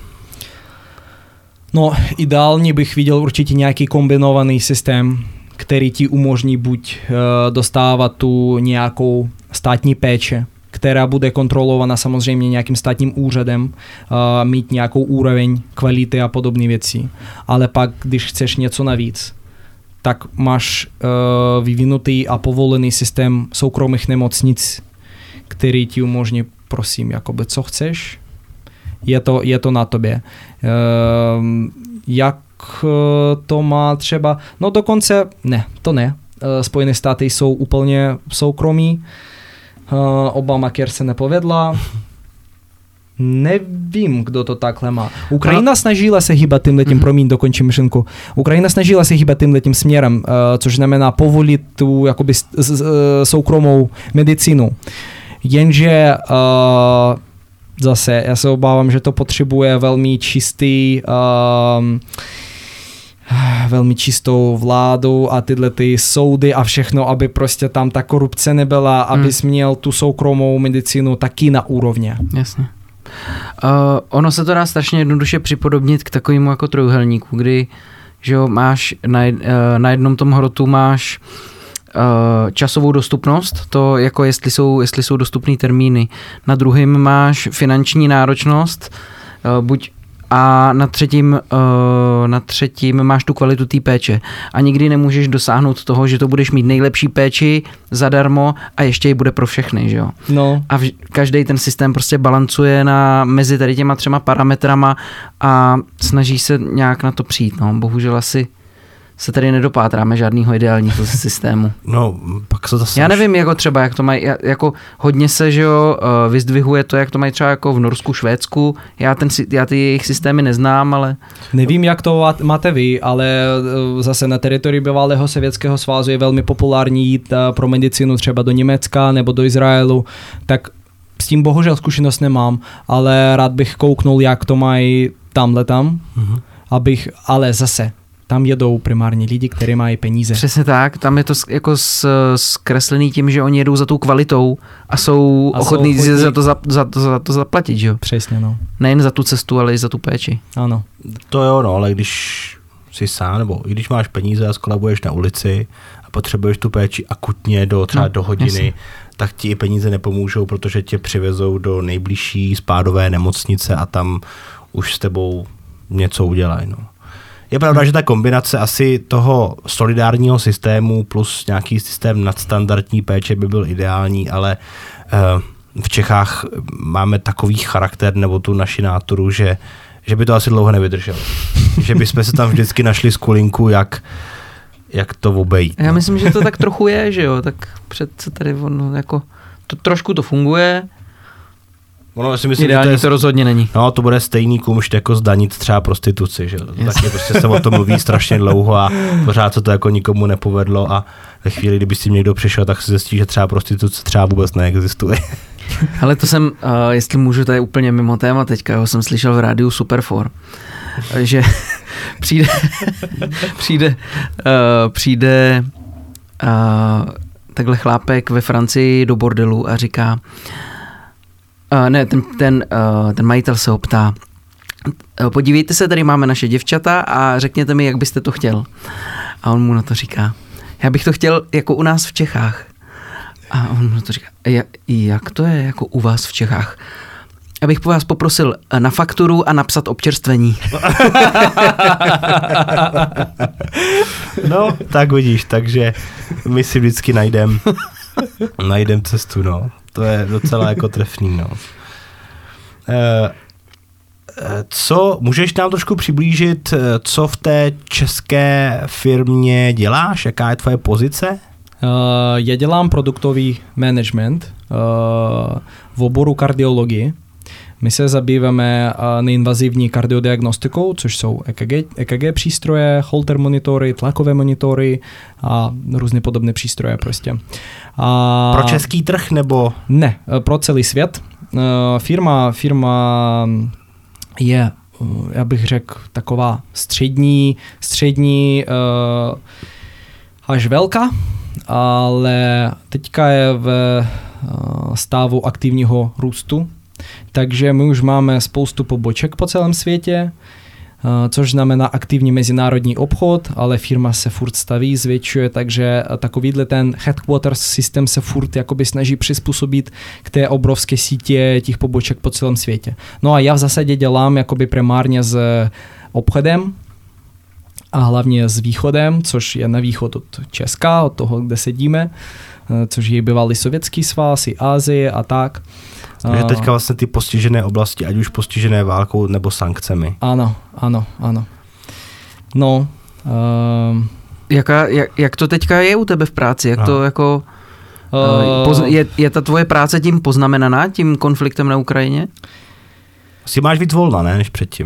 No, ideálně bych viděl určitě nějaký kombinovaný systém, který ti umožní buď uh, dostávat tu nějakou státní péče, která bude kontrolovaná samozřejmě nějakým státním úřadem, uh, mít nějakou úroveň kvality a podobné věci. Ale pak, když chceš něco navíc, tak máš uh, vyvinutý a povolený systém soukromých nemocnic, který ti umožní, prosím, jakoby co chceš, je to, je to na tobě. Uh, jak to má třeba, no dokonce, ne, to ne. Uh, Spojené státy jsou úplně soukromí, uh, Obamacare se nepovedla, nevím, kdo to takhle má. Ukrajina snažila se hýbat tímhletím, mm-hmm. promiň, dokončím myšlenku. Ukrajina snažila se hýbat tímhletím směrem, uh, což znamená povolit tu jakoby s, s, s, soukromou medicínu. Jenže uh, zase, já se obávám, že to potřebuje velmi čistý, um, velmi čistou vládu a tyhle ty soudy a všechno, aby prostě tam ta korupce nebyla, hmm. abys měl tu soukromou medicínu taky na úrovně. Jasně. Uh, ono se to dá strašně jednoduše připodobnit k takovému jako trojuhelníku, kdy že jo, máš na, uh, na jednom tom hrotu máš uh, časovou dostupnost, to jako jestli jsou, jestli jsou dostupný termíny. Na druhém máš finanční náročnost, uh, buď a na třetím, uh, na třetím máš tu kvalitu té péče. A nikdy nemůžeš dosáhnout toho, že to budeš mít nejlepší péči zadarmo a ještě ji bude pro všechny, že jo. No. A každý ten systém prostě balancuje na, mezi tady těma třema parametrama a snaží se nějak na to přijít, no. Bohužel asi se tady nedopátráme žádného ideálního systému. No, pak se zase... Já nevím, jako třeba, jak to mají, jako hodně se, že jo, vyzdvihuje to, jak to mají třeba jako v Norsku, Švédsku. Já, ten, já ty jejich systémy neznám, ale... Nevím, jak to máte vy, ale zase na teritorii bývalého Sovětského svazu je velmi populární jít pro medicínu třeba do Německa nebo do Izraelu, tak s tím bohužel zkušenost nemám, ale rád bych kouknul, jak to mají tamhle tam, mm-hmm. abych, ale zase... Tam jedou primárně lidi, kteří mají peníze. Přesně tak, tam je to jako zkreslený tím, že oni jedou za tou kvalitou a jsou a ochotní jsou za, to za, za, to, za to zaplatit, že jo? Přesně, no. Nejen za tu cestu, ale i za tu péči. Ano. To jo, no, ale když jsi sám, nebo i když máš peníze a skolabuješ na ulici a potřebuješ tu péči akutně do třeba no, do hodiny, jasně. tak ti peníze nepomůžou, protože tě přivezou do nejbližší spádové nemocnice a tam už s tebou něco udělají, no. Je pravda, že ta kombinace asi toho solidárního systému plus nějaký systém nadstandardní péče by byl ideální, ale v Čechách máme takový charakter nebo tu naši náturu, že, že by to asi dlouho nevydrželo. Že bychom se tam vždycky našli skulinku, jak, jak to obejít. Já myslím, že to tak trochu je, že jo, tak přece tady ono jako, to, trošku to funguje. Ono, si myslím, ideální že to, je, to rozhodně není. No, to bude stejný kumšt jako zdanit třeba prostituci, že? Taky prostě se o tom mluví strašně dlouho a pořád se to jako nikomu nepovedlo a ve chvíli, kdyby si někdo přišel, tak se zjistí, že třeba prostituce třeba vůbec neexistuje. Ale to jsem, uh, jestli můžu, to je úplně mimo téma teďka, jo, jsem slyšel v rádiu Superfor, že přijde, přijde, uh, přijde uh, takhle chlápek ve Francii do bordelu a říká, uh, ne, ten, ten, uh, ten majitel se ho ptá, podívejte se, tady máme naše děvčata a řekněte mi, jak byste to chtěl. A on mu na to říká, já bych to chtěl jako u nás v Čechách. A on mu na to říká, jak to je jako u vás v Čechách? Abych po vás poprosil na fakturu a napsat občerstvení. No, tak vidíš, takže my si vždycky najdem, najdem cestu, no. To je docela jako trefný, no. E, co, můžeš nám trošku přiblížit, co v té české firmě děláš? Jaká je tvoje pozice? Uh, já dělám produktový management uh, v oboru kardiologii. My se zabýváme uh, neinvazivní kardiodiagnostikou, což jsou E K G, E K G přístroje, Holter monitory, tlakové monitory a různé podobné přístroje prostě. A pro český trh nebo? Ne, pro celý svět. Uh, firma, firma je, uh, já bych řekl, taková střední, střední uh, až velká, ale teďka je v stavu aktivního růstu, takže my už máme spoustu poboček po celém světě, což znamená aktivní mezinárodní obchod, ale firma se furt staví, zvětšuje, takže takovýhle ten headquarters systém se furt jakoby snaží přizpůsobit k té obrovské sítě těch poboček po celém světě. No a já v zásadě dělám jakoby primárně s obchodem, a hlavně s východem, což je na východ od Česka, od toho, kde sedíme, což je bývalý sovětský svaz, i Asie a tak. Takže teďka vlastně ty postižené oblasti, ať už postižené válkou nebo sankcemi. Ano, ano, ano. No. Um, Jaká, jak, jak to teďka je u tebe v práci? Jak no. to jako... Uh, pozna, je, je ta tvoje práce tím poznamenaná, tím konfliktem na Ukrajině? Asi máš víc volna, ne, než předtím.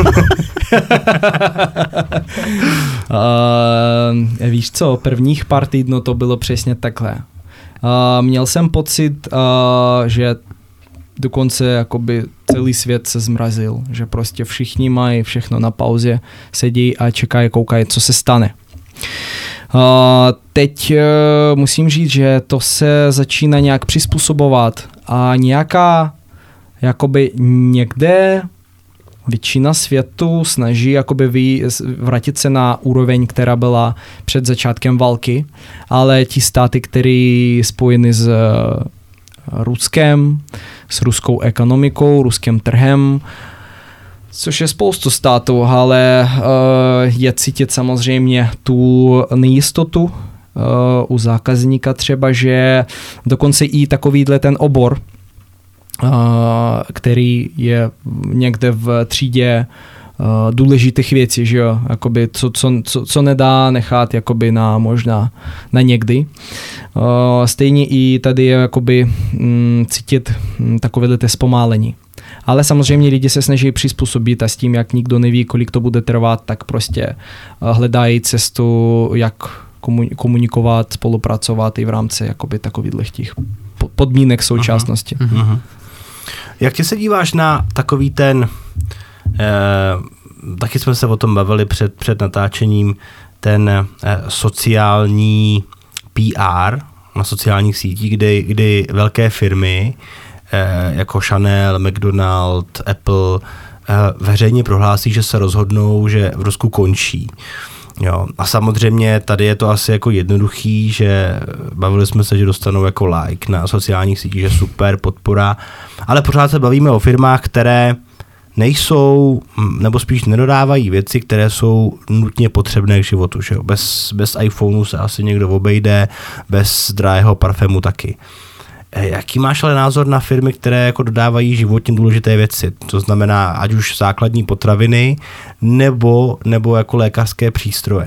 uh, víš co, prvních pár týdnů to bylo přesně takhle. Uh, měl jsem pocit, uh, že dokonce jakoby celý svět se zmrazil, že prostě všichni mají všechno na pauze, sedí a čekají, koukají, co se stane. Uh, teď uh, musím říct, že to se začíná nějak přizpůsobovat a nějaká jakoby někde většina světu snaží jakoby vy, vrátit se na úroveň, která byla před začátkem války, ale ti státy, které spojeny s Ruskem, s ruskou ekonomikou, ruským trhem, což je spoustu států, ale uh, je cítit samozřejmě tu nejistotu uh, u zákazníka třeba, že dokonce i takovýhle ten obor, Uh, který je někde v třídě uh, důležitých věcí, že jo, jakoby co, co, co, co nedá nechat jakoby na možná na někdy. Uh, stejně i tady je jakoby mm, cítit mm, takovéhle zpomalení. Ale samozřejmě lidi se snaží přizpůsobit a s tím, jak nikdo neví, kolik to bude trvat, tak prostě uh, hledají cestu, jak komunikovat, spolupracovat i v rámci jakoby takových těch podmínek současnosti. Uh-huh. Uh-huh. Jak ty se díváš na takový ten, eh, taky jsme se o tom bavili před, před natáčením, ten eh, sociální P R na sociálních sítích, kdy, kdy velké firmy eh, jako Chanel, McDonald, Apple eh, veřejně prohlásí, že se rozhodnou, že v Rusku končí. Jo. A samozřejmě tady je to asi jako jednoduchý, že bavili jsme se, že dostanou jako like na sociálních sítích, že super, podpora, ale pořád se bavíme o firmách, které nejsou, nebo spíš nedodávají věci, které jsou nutně potřebné k životu. Že jo. Bez, bez iPhoneu se asi někdo obejde, bez drahého parfému taky. Jaký máš ale názor na firmy, které jako dodávají životně důležité věci? To znamená, ať už základní potraviny, nebo, nebo jako lékařské přístroje.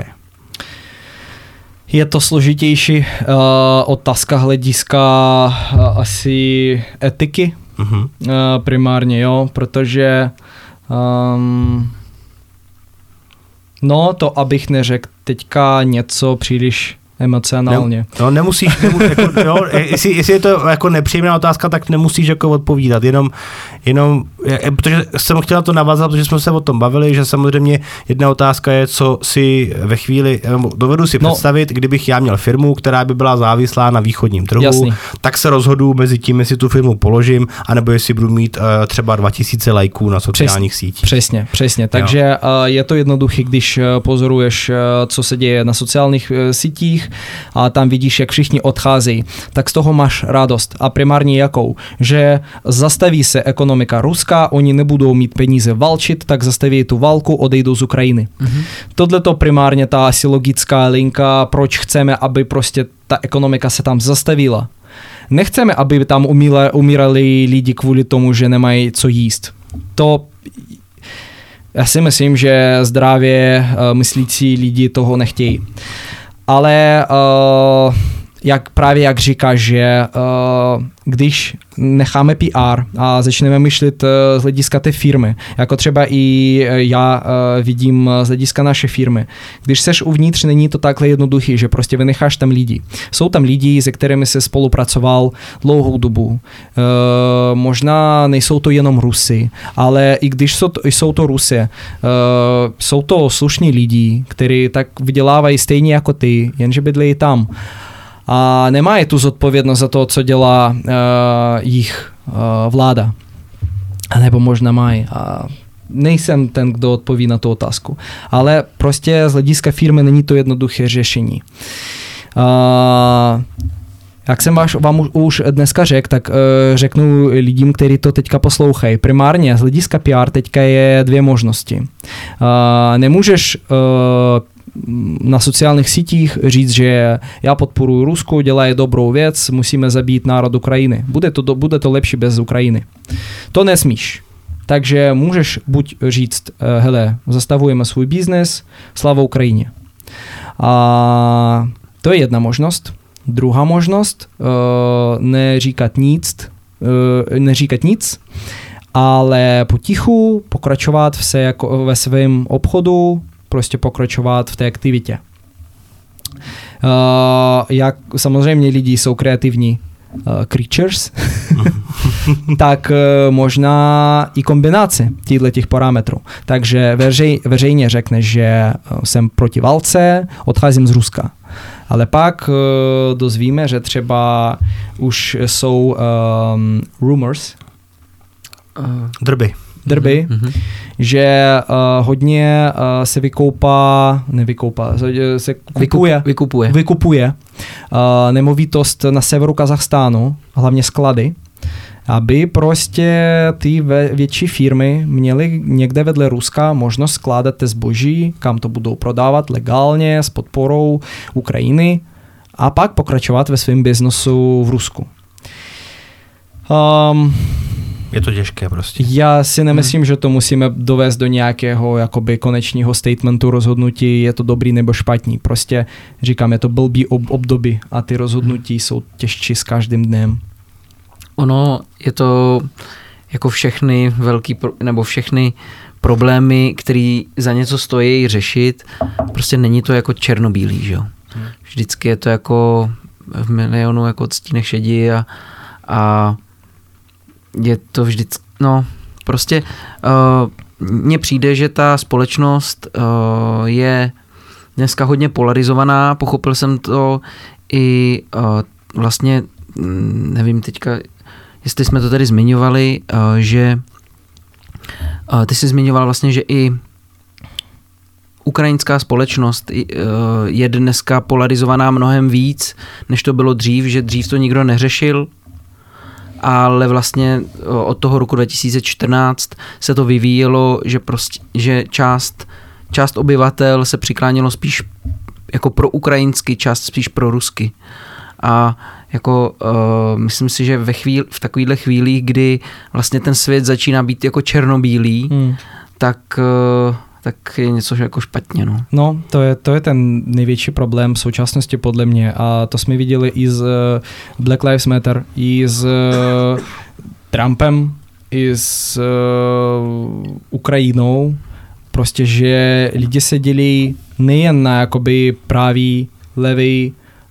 Je to složitější uh, otázka hlediska uh, asi etiky uh-huh. uh, primárně, jo, protože um, no to, abych neřekl teďka něco příliš emocionálně. Ne, no nemusíš, nemusíš jako, jo, jestli, jestli je to jako nepříjemná otázka, tak nemusíš jako odpovídat, jenom, jenom protože jsem chtěla to navázat, protože jsme se o tom bavili, že samozřejmě jedna otázka je, co si ve chvíli, dovedu si no. představit, kdybych já měl firmu, která by byla závislá na východním trhu, Jasný. tak se rozhodu mezi tím, jestli tu firmu položím, anebo jestli budu mít uh, třeba dva tisíce lajků na sociálních Přes, sítích. Přesně, přesně. Takže uh, je to jednoduché, když pozoruješ, uh, co se děje na sociálních uh, sítích a tam vidíš, jak všichni odcházejí, tak z toho máš radost. A primárně jakou? Že zastaví se ekonomika Ruska, oni nebudou mít peníze válčit, tak zastaví tu válku, odejdou z Ukrajiny. Mm-hmm. Tohle to primárně ta asi logická linka, proč chceme, aby prostě ta ekonomika se tam zastavila. Nechceme, aby tam umíle, umírali lidi kvůli tomu, že nemají co jíst. To já si myslím, že zdravě uh, myslící lidi toho nechtějí. Ale uh, jak právě jak říkáš, že uh, když necháme P R a začneme myšlet uh, z hlediska té firmy, jako třeba i já uh, vidím z hlediska naše firmy. Když seš uvnitř, není to takhle jednoduchý, že prostě vynecháš tam lidi. Jsou tam lidi, se kterými se spolupracoval dlouhou dobu. Uh, možná nejsou to jenom Rusy, ale i když jsou to, jsou to Rusy, uh, jsou to slušní lidi, kteří tak vydělávají stejně jako ty, jenže bydlejí tam. A nemají tu zodpovědnost za to, co dělá uh, jich uh, vláda. A nebo možná mají. A nejsem ten, kdo odpoví na tu otázku. Ale prostě z hlediska firmy není to jednoduché řešení. Uh, jak jsem váš, vám už dneska řekl, tak uh, řeknu lidem, kteří to teďka poslouchají. Primárně z hlediska P R teďka je dvě možnosti. Uh, nemůžeš uh, na sociálních sítích říct, že já podporuji Rusko, dělají dobrou věc, musíme zabít národ Ukrajiny. Bude to, bude to lepší bez Ukrajiny. To nesmíš. Takže můžeš buď říct, hele, zastavujeme svůj biznes, sláva Ukrajině. A to je jedna možnost. Druhá možnost, neříkat nic, neříkat nic, ale potichu pokračovat vše jako ve svém obchodu, prostě pokračovat v té aktivitě. Uh, jak samozřejmě lidi jsou kreativní uh, creatures, tak uh, možná i kombinace těchto těch parametrů. Takže veřej, veřejně řekneš, že jsem proti válce, odcházím z Ruska. Ale pak uh, dozvíme, že třeba už jsou um, rumors. Uh, drby. drby, mm-hmm. že uh, hodně uh, se vykoupá, nevykoupá, se kupuje, vykupuje, vykupuje uh, nemovitost na severu Kazachstánu, hlavně sklady, aby prostě ty větší firmy měly někde vedle Ruska možnost skládat te zboží, kam to budou prodávat legálně s podporou Ukrajiny a pak pokračovat ve svém biznesu v Rusku. Um, Je to těžké prostě. Já si nemyslím, hmm. že to musíme dovést do nějakého jakoby konečního statementu rozhodnutí, je to dobrý nebo špatný. Prostě říkám, je to blbý ob- období a ty rozhodnutí hmm. jsou těžší s každým dnem. Ono je to jako všechny velký, pro, nebo všechny problémy, které za něco stojí řešit, prostě není to jako černobílý, že jo. Hmm. Vždycky je to jako v milionu jako stínech šedí a, a je to vždycky, no, prostě uh, mně přijde, že ta společnost uh, je dneska hodně polarizovaná, pochopil jsem to i uh, vlastně, nevím teďka, jestli jsme to tady zmiňovali, uh, že uh, ty jsi zmiňoval vlastně, že i ukrajinská společnost uh, je dneska polarizovaná mnohem víc, než to bylo dřív, že dřív to nikdo neřešil, ale vlastně od toho roku dva tisíce čtrnáct se to vyvíjelo, že prostě, že část, část obyvatel se přiklánilo spíš jako pro ukrajinsky, část spíš pro rusky. A jako uh, myslím si, že ve chvíli, v takovýchhle chvílích, kdy vlastně ten svět začíná být jako černobílý, hmm. tak uh, tak je něco jako špatně. No, no to, je, to je ten největší problém v současnosti podle mě a to jsme viděli i z Black Lives Matter, i s uh, Trumpem, i s uh, Ukrajinou, prostě, že lidi se dělí nejen na jakoby pravý, levý,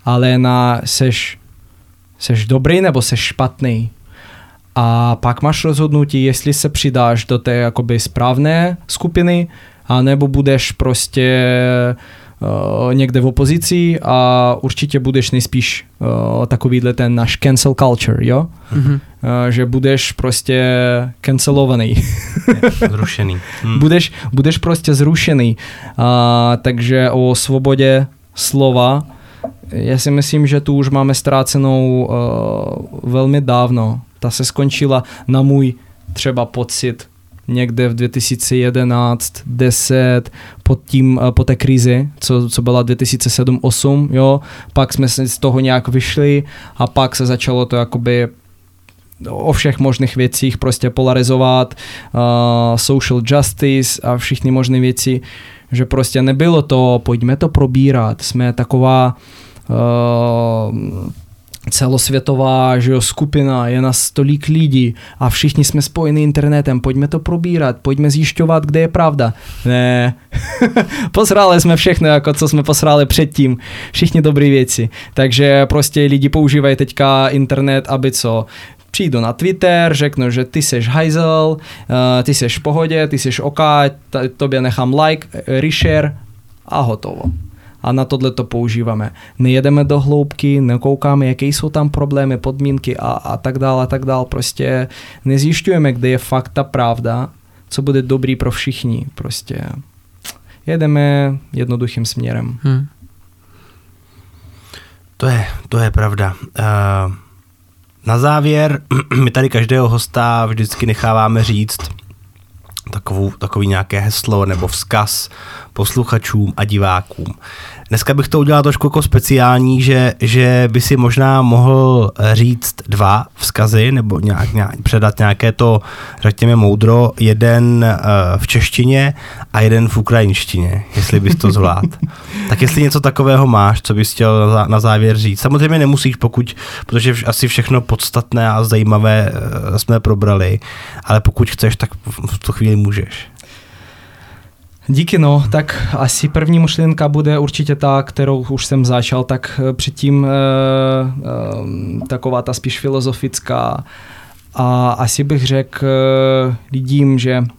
ale na seš, seš dobrý nebo seš špatný. A pak máš rozhodnutí, jestli se přidáš do té jakoby správné skupiny, anebo budeš prostě uh, někde v opozici a určitě budeš nejspíš uh, takovýhle ten náš cancel culture, jo? Mm-hmm. Uh, že budeš prostě cancelovaný. Zrušený. Hmm. Budeš, budeš prostě zrušený. Uh, takže o svobodě slova já si myslím, že tu už máme ztrácenou uh, velmi dávno. Ta se skončila na můj třeba pocit někde v dva tisíce jedenáct, deset, pod tím, po té krizi, co, co byla dva tisíce sedm osm, jo, pak jsme se z toho nějak vyšli a pak se začalo to jakoby o všech možných věcích prostě polarizovat, uh, social justice a všechny možné věci, že prostě nebylo to, pojďme to probírat, jsme taková uh, celosvětová, že jo, skupina, je nás tolik lidí a všichni jsme spojeni internetem, pojďme to probírat, pojďme zjišťovat, kde je pravda. Ne, posrali jsme všechno, jako co jsme posrali předtím, všichni dobré věci. Takže prostě lidi používají teďka internet, aby co, přijdu na Twitter, řeknu, že ty seš hajzel, uh, ty seš v pohodě, ty seš OK, t- tobě nechám like, reshare a hotovo. A na tohle to používáme. Nejedeme do hloubky, nekoukáme, jaké jsou tam problémy, podmínky a, a tak dále, a tak dále. Prostě nezjišťujeme, kde je fakt ta pravda, co bude dobrý pro všichni. Prostě jedeme jednoduchým směrem. Hmm. To je, to je pravda. Uh, na závěr, my tady každého hosta vždycky necháváme říct takovou, takový nějaké heslo nebo vzkaz posluchačům a divákům. Dneska bych to udělal trošku jako speciální, že, že by si možná mohl říct dva vzkazy nebo nějak, nějak předat nějaké to, řekněme, moudro, jeden uh, v češtině a jeden v ukrajinštině, jestli bys to zvládl. Tak jestli něco takového máš, co bys chtěl na, na závěr říct. Samozřejmě nemusíš, pokud, protože asi všechno podstatné a zajímavé uh, jsme probrali, ale pokud chceš, tak v, v tu chvíli můžeš. Díky, no, tak asi první myšlenka bude určitě ta, kterou už jsem začal, tak předtím e, e, taková ta spíš filozofická a asi bych řekl e, lidím, že e,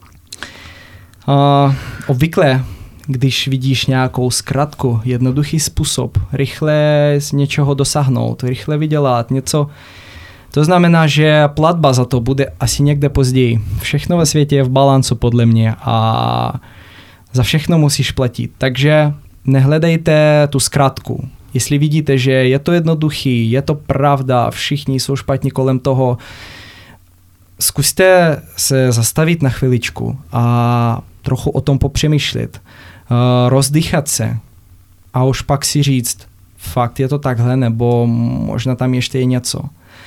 obvykle, když vidíš nějakou zkratku, jednoduchý způsob, rychle z něčeho dosáhnout, rychle vydělat, něco, to znamená, že platba za to bude asi někde později. Všechno ve světě je v balancu podle mě a za všechno musíš platit, takže nehledejte tu zkratku. Jestli vidíte, že je to jednoduchý, je to pravda, všichni jsou špatní kolem toho, zkuste se zastavit na chviličku a trochu o tom popřemýšlet, rozdýchat se a už pak si říct, fakt je to takhle, nebo možná tam ještě je něco.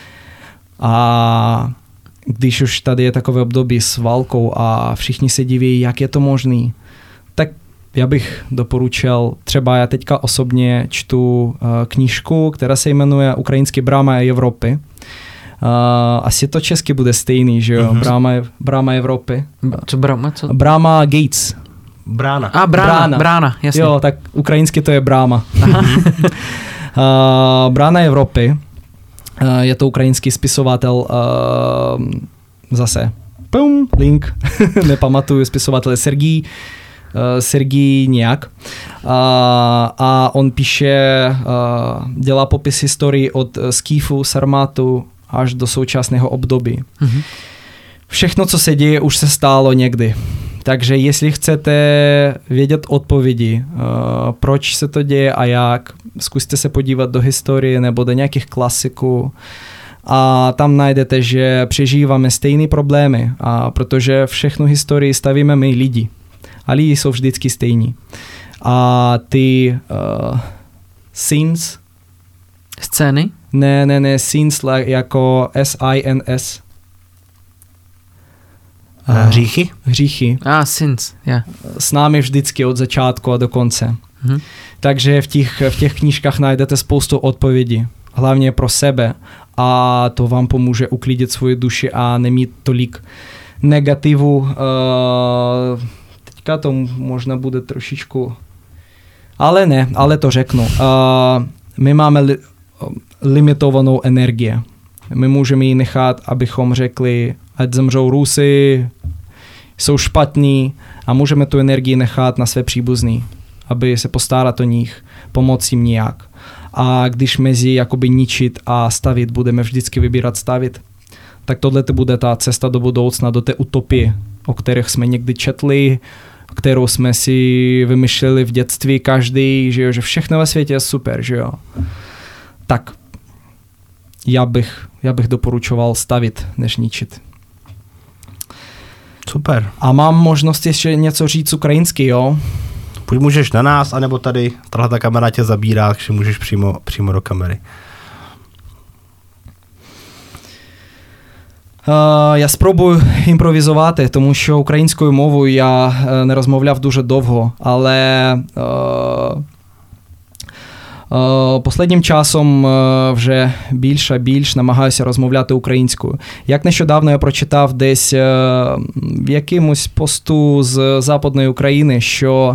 A když už tady je takové období s válkou a všichni se diví, jak je to možný, tak já bych doporučil, třeba já teďka osobně čtu uh, knížku, která se jmenuje Ukrajinský bráma Evropy. Uh, asi to česky bude stejný, že jo? Uh-huh. Bráma, bráma Evropy. Co bráma? Co? Bráma Gates. Brána. A brána, brána, brána, jasně. Jo, tak ukrajinsky to je bráma. uh, brána Evropy. Uh, je to ukrajinský spisovatel uh, zase. Pum, link. Nepamatuju, spisovatel je Sergij. Uh, Sergij nějak. Uh, a on píše, uh, dělá popis historii od Skýfu, Sarmátu až do současného období. Mm-hmm. Všechno, co se děje, už se stálo někdy. Takže jestli chcete vědět odpovědi, uh, proč se to děje a jak, zkuste se podívat do historie nebo do nějakých klasiků a tam najdete, že přežíváme stejné problémy, a protože všechnu historii stavíme my lidi. A lidi jsou vždycky stejní. A ty uh, scenes... Scény? Ne, ne, ne, scenes jako S I N S. Uh, hříchy? Hříchy. Ah, sins, yeah. S námi vždycky od začátku a do konce. Mm-hmm. Takže v těch, v těch knížkách najdete spoustu odpovědí. Hlavně pro sebe. A to vám pomůže uklidit svoji duši a nemít tolik negativu. Uh, teďka to možná bude trošičku... Ale ne, ale to řeknu. Uh, my máme li, limitovanou energii. My můžeme ji nechat, abychom řekli, ať zemřou Rusy, jsou špatní, a můžeme tu energii nechat na své příbuzný, aby se postarat o nich, pomoct jim nějak. A když mezi jakoby ničit a stavit budeme vždycky vybírat stavit, tak tohle to bude ta cesta do budoucna, do té utopie, o kterých jsme někdy četli, kterou jsme si vymyšleli v dětství každý, že, jo, že všechno ve světě je super, že jo. Tak já bych, já bych doporučoval stavit, než ničit. Super. A mám možnost ještě něco říct ukrajinsky, jo? Buď můžeš na nás, anebo tady, tahle ta kamera tě zabírá, takže můžeš přímo, přímo do kamery. Uh, я спробую імпровізувати, тому що українською мовою я uh, не розмовляв дуже довго, але uh, uh, останнім часом uh, вже більше більш намагаюся розмовляти українською. Як нещодавно я прочитав десь uh, в якомусь посту з Западної України, що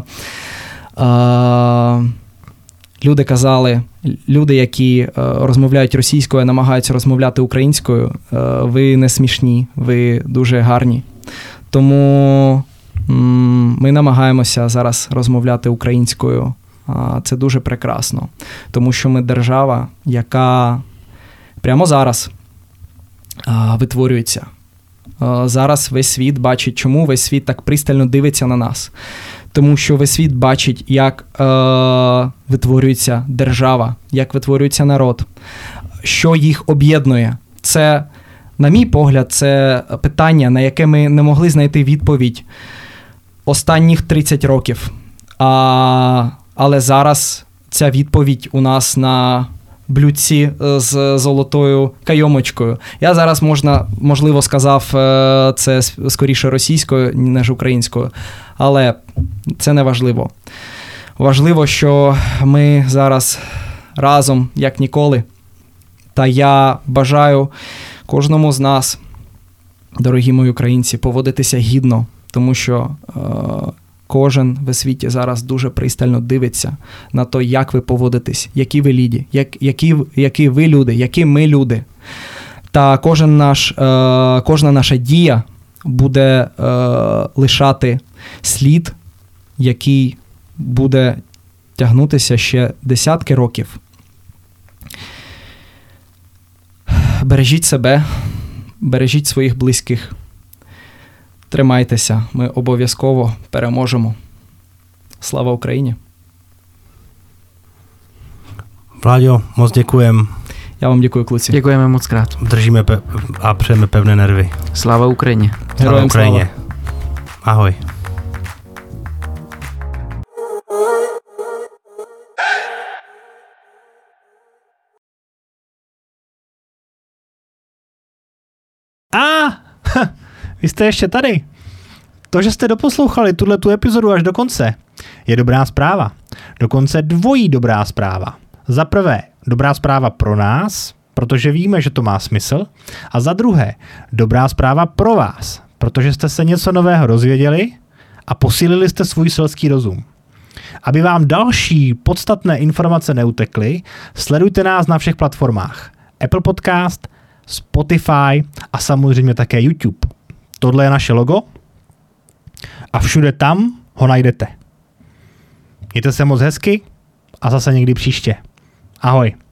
uh, люди казали, люди, які е, розмовляють російською, намагаються розмовляти українською, е, ви не смішні, ви дуже гарні. Тому м, ми намагаємося зараз розмовляти українською. А це дуже прекрасно, тому що ми держава, яка прямо зараз а, витворюється. А, зараз весь світ бачить, чому весь світ так пристально дивиться на нас. Тому що весь світ бачить, як е, витворюється держава, як витворюється народ, що їх об'єднує. Це, на мій погляд, це питання, на яке ми не могли знайти відповідь останніх тридцять років. А, але зараз ця відповідь у нас на блюдці з золотою кайомочкою. Я зараз, можна, можливо, сказав це скоріше російською, ніж українською, але це не важливо. Важливо, що ми зараз разом, як ніколи. Та я бажаю кожному з нас, дорогі мої українці, поводитися гідно, тому що е, кожен в світі зараз дуже пристально дивиться на те, як ви поводитесь, які ви люди, як, які, які ви люди, які ми люди. Та кожен наш, е, кожна наша дія буде е, лишати слід, який буде тягнутися ще десятки років. Бережіть себе, бережіть своїх близьких. Тримайтеся, ми обов'язково переможемо. Слава Україні! Vláďo, moc děkujem. Já vám děkuji, kluci. Děkujeme moc krát. Držíme pe- a přejeme pevné nervy. Sláva Ukrajině. Sláva Ukrajině. Ahoj. A, vy jste ještě tady. To, že jste doposlouchali tuhletu epizodu až do konce, je dobrá zpráva. Dokonce dvojí dobrá zpráva. Za prvé, dobrá zpráva pro nás, protože víme, že to má smysl. A za druhé, dobrá zpráva pro vás, protože jste se něco nového dozvěděli a posílili jste svůj selský rozum. Aby vám další podstatné informace neutekly, sledujte nás na všech platformách. Apple Podcast, Spotify a samozřejmě také YouTube. Tohle je naše logo a všude tam ho najdete. Mějte se moc hezky a zase někdy příště. Ahoj.